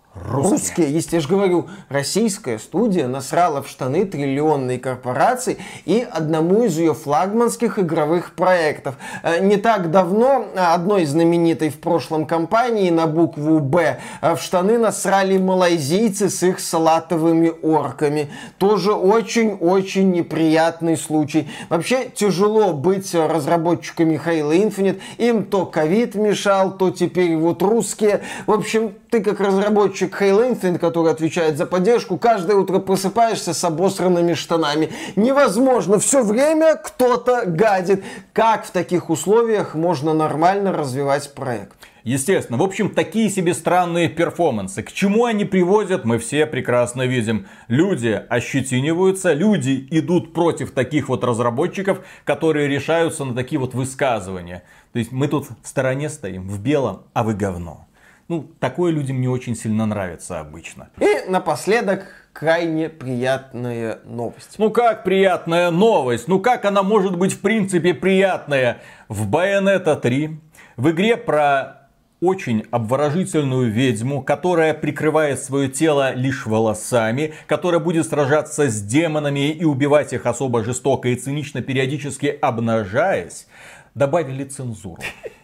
Русские. Русские, есть, я же говорю, российская студия насрала в штаны триллионной корпорации и одному из ее флагманских игровых проектов. Не так давно одной знаменитой в прошлом компании на букву «Б» в штаны насрали малайзийцы с их салатовыми орками. Тоже очень-очень неприятный случай. Вообще тяжело быть разработчиками Halo Infinite. Им то ковид мешал, то теперь вот русские. В общем, ты как разработчик Halo Infinite, который отвечает за поддержку, каждое утро просыпаешься с обосранными штанами. Невозможно, все время кто-то гадит. Как в таких условиях можно нормально развивать проект? Естественно, в общем, такие себе странные перформансы. К чему они приводят, мы все прекрасно видим. Люди ощетиниваются, люди идут против таких вот разработчиков, которые решаются на такие вот высказывания. То есть мы тут в стороне стоим, в белом, а вы говно. Ну, такое людям не очень сильно нравится обычно. И напоследок крайне приятная новость. Ну как приятная новость? Ну как она может быть в принципе приятная? В Bayonetta три, в игре про очень обворожительную ведьму, которая прикрывает свое тело лишь волосами, которая будет сражаться с демонами и убивать их особо жестоко и цинично, периодически обнажаясь, добавили цензуру.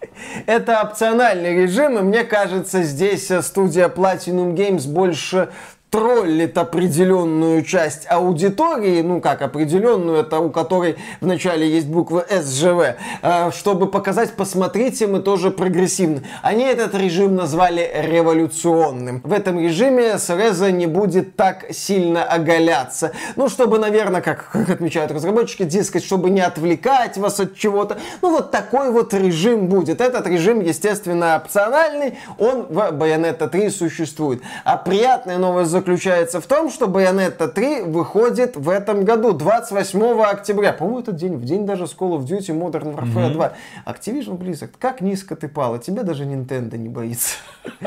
Это опциональный режим, и мне кажется, здесь студия Platinum Games больше троллит определенную часть аудитории, ну как определенную, это у которой вначале есть буква эс жэ вэ, чтобы показать, посмотрите, мы тоже прогрессивны. Они этот режим назвали революционным. В этом режиме Среза не будет так сильно оголяться. Ну, чтобы, наверное, как, как отмечают разработчики, дескать, чтобы не отвлекать вас от чего-то. Ну, вот такой вот режим будет. Этот режим, естественно, опциональный, он в Bayonetta три существует. А приятная новость заключается в том, что Bayonetta три выходит в этом году, двадцать восьмого октября. По-моему, этот день, в день даже с Call of Duty Modern Warfare два. Activision Blizzard, как низко ты пала, тебя даже Nintendo не боится.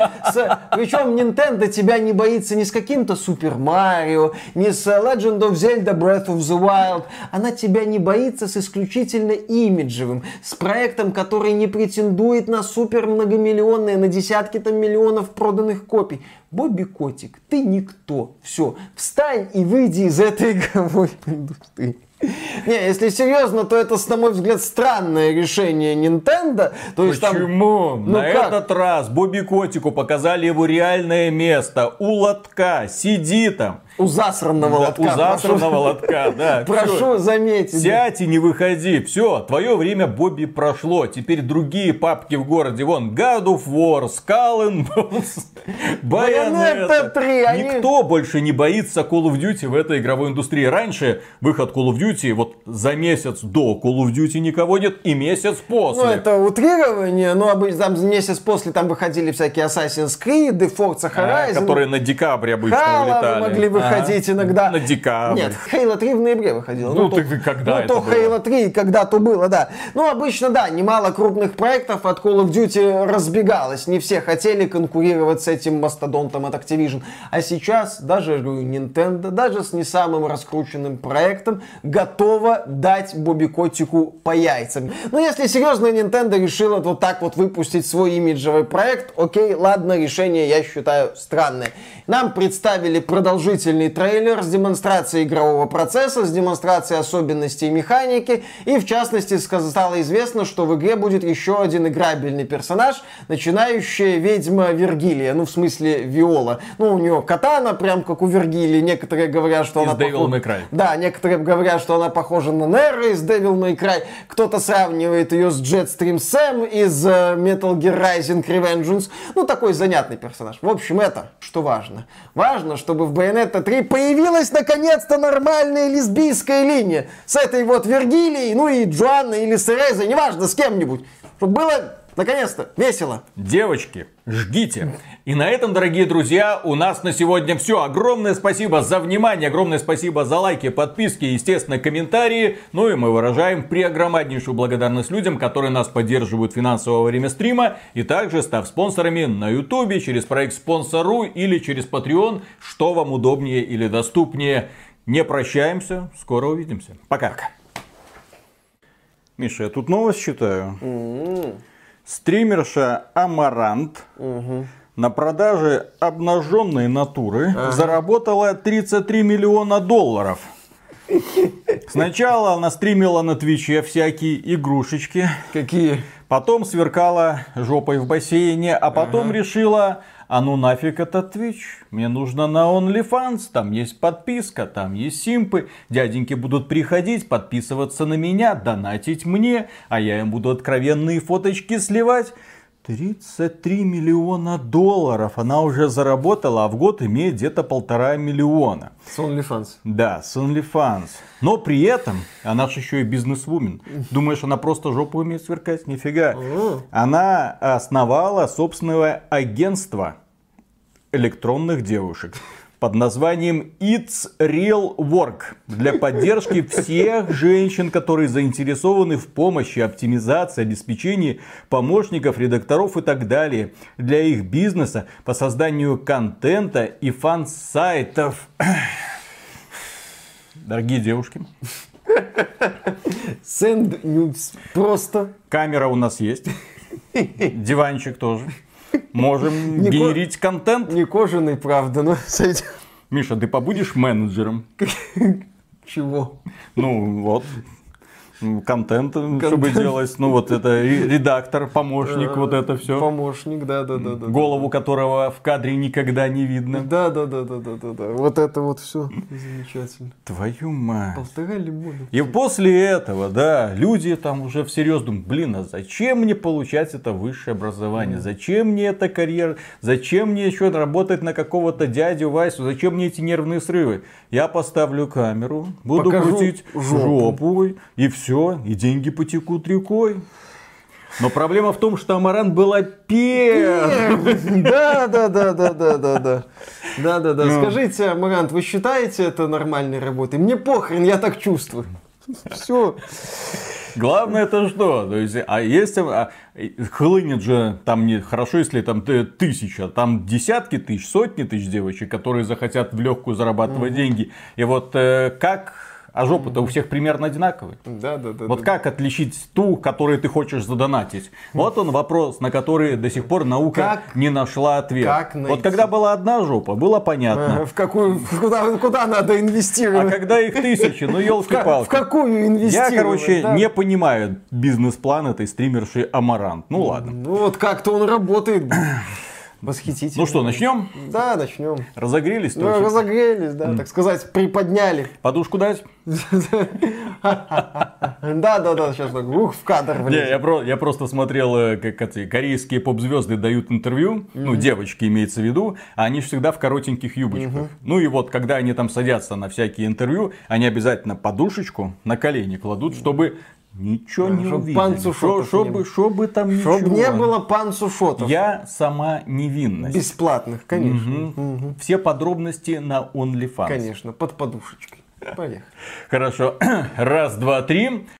Причем Nintendo тебя не боится ни с каким-то Super Mario, ни с Legend of Zelda Breath of the Wild. Она тебя не боится с исключительно имиджевым, с проектом, который не претендует на супер многомиллионные, на десятки там миллионов проданных копий. Бобби Котик, ты никто. Все, встань и выйди из этой игровой индустрии. Не, если серьезно, то это, на мой взгляд, странное решение Nintendo. То есть Почему? Там, ну на как? этот раз Бобби Котику показали его реальное место. У лотка. Сиди там. У засранного Да, лотка. у засранного прошу, лотка, да. Прошу Всё. заметить. Сядь и не выходи. Все, твое время, Бобби, прошло. Теперь другие папки в городе. Вон, God of War, Skull and Bones, Bayonetta три. Они... Никто больше не боится Call of Duty в этой игровой индустрии. Раньше выход Call of Duty, вот за месяц до Call of Duty никого нет, и месяц после. Ну, это утрирование, но обычно там месяц после там выходили всякие Assassin's Creed, Forza Horizon. А, которые на декабрь обычно Halo улетали. могли выходить а, иногда. На декабрь. Нет, Halo три в ноябре выходила. Ну, Ну, ты то, когда ну, это то было? Halo три когда-то было, да. Ну, обычно, да, немало крупных проектов от Call of Duty разбегалось. Не все хотели конкурировать с этим мастодонтом от Activision. А сейчас даже, говорю, Nintendo, даже с не самым раскрученным проектом, готова дать Бобби Котику по яйцам. Но если серьезно, Nintendo решила вот так вот выпустить свой имиджевый проект, окей, ладно, решение, я считаю, странное. Нам представили продолжительный трейлер с демонстрацией игрового процесса, с демонстрацией особенностей механики, и в частности стало известно, что в игре будет еще один играбельный персонаж, начинающая ведьма Вергилия, ну в смысле Виола. Ну у нее катана, прям как у Вергилии, некоторые говорят, что из она Devil похожа... May Cry. Да, некоторые говорят, что она похожа на Нера из Devil May Cry, кто-то сравнивает ее с Jetstream Сэм из uh, Metal Gear Rising Revengeance, ну такой занятный персонаж. В общем, это, что важно. Важно, чтобы в Bayonetta три появилась наконец-то нормальная лесбийская линия с этой вот Вергилией, ну и Джоанной или Серезой, неважно, с кем-нибудь. Чтобы было, наконец-то, весело. Девочки, ждите. И на этом, дорогие друзья, у нас на сегодня все. Огромное спасибо за внимание, огромное спасибо за лайки, подписки и, естественно, комментарии. Ну и мы выражаем преогромаднейшую благодарность людям, которые нас поддерживают финансово во время стрима. И также став спонсорами на ютубе, через проект Спонсору или через Patreon, что вам удобнее или доступнее. Не прощаемся, скоро увидимся. Пока. Миша, я тут новость читаю. Mm-hmm. Стримерша Амарант Mm-hmm. на продаже обнаженной натуры Ага. заработала тридцать три миллиона долларов. Сначала она стримила на Твиче всякие игрушечки. Какие? Потом сверкала жопой в бассейне, а потом Ага. решила, а ну нафиг этот Twitch, мне нужно на OnlyFans, там есть подписка, там есть симпы, дяденьки будут приходить, подписываться на меня, донатить мне, а я им буду откровенные фоточки сливать. тридцать три миллиона долларов она уже заработала, а в год имеет где-то полтора миллиона. С OnlyFans. Да, с OnlyFans. Но при этом она же еще и бизнесвумен. Думаешь, она просто жопу умеет сверкать? Нифига. О. Она основала собственное агентство электронных девушек под названием It's Real Work для поддержки всех женщин, которые заинтересованы в помощи, оптимизации, обеспечении помощников, редакторов и так далее для их бизнеса по созданию контента и фан-сайтов. Дорогие девушки, Send nudes. Просто. камера у нас есть, диванчик тоже. Можем Не ко- генерить контент. Не кожаный, правда, но сойдет. Миша, ты побудешь менеджером? Чего? Ну вот. Контент, чтобы делать. Ну вот это ре- редактор, помощник, вот это все. Помощник, да, да, да, да. Голову которого в кадре никогда не видно. Да, да, да, да, да, да, да. Вот это вот все замечательно. Твою мать. Полтора лимона. И после этого, да, люди там уже всерьез думают, блин, а зачем мне получать это высшее образование? Зачем мне эта карьера? Зачем мне еще работать на какого-то дядю Васю? Зачем мне эти нервные срывы? Я поставлю камеру, буду Покажу крутить жопу. жопу, и все, и деньги потекут рекой. Но проблема в том, что Амарант была первой. Да, да, да, да, да, да, да. Да, да, да. Ну. Скажите, Марант, вы считаете это нормальной работой? Мне похрен, я так чувствую. Все. Главное это что? То есть, а если а, хлынет же там не хорошо, если там т- тысяча, там десятки тысяч, сотни тысяч девочек, которые захотят в легкую зарабатывать деньги. И вот э, как, а жопы-то у всех примерно одинаковые. Да, да, да. Вот да. как отличить ту, которую ты хочешь задонатить? Вот он вопрос, на который до сих пор наука Как- не нашла ответ. как найти? Вот когда была одна жопа, было понятно. Э, В какую, куда, куда надо А инвестировать? когда их тысячи, ну В ка- елки-палки. в какую инвестировать? Я, короче, да? не понимаю бизнес-план этой стримерши Амарант. Ну ладно. Ну вот как-то он работает. Восхитительно. Ну что, начнем? Да, начнем. Разогрелись Ну, тоже? разогрелись, да, так сказать, приподняли. Подушку дать? Да, да, да, сейчас так, ух, в кадр Не, влез. я, про- я просто смотрел, э, как эти корейские поп-звезды дают интервью, ну, девочки имеется в виду, а они же всегда в коротеньких юбочках. Ну и вот, когда они там садятся на всякие интервью, они обязательно подушечку на колени кладут, чтобы ничего Да, не чтоб увидели. панцушотов Шо- не Чтобы, чтобы там ничего. Чтоб не было панцушотов. Я сама невинность. Бесплатных, конечно. Мгм. Все подробности на OnlyFans. Конечно, под подушечкой. Поехали. Хорошо. Раз, два, три.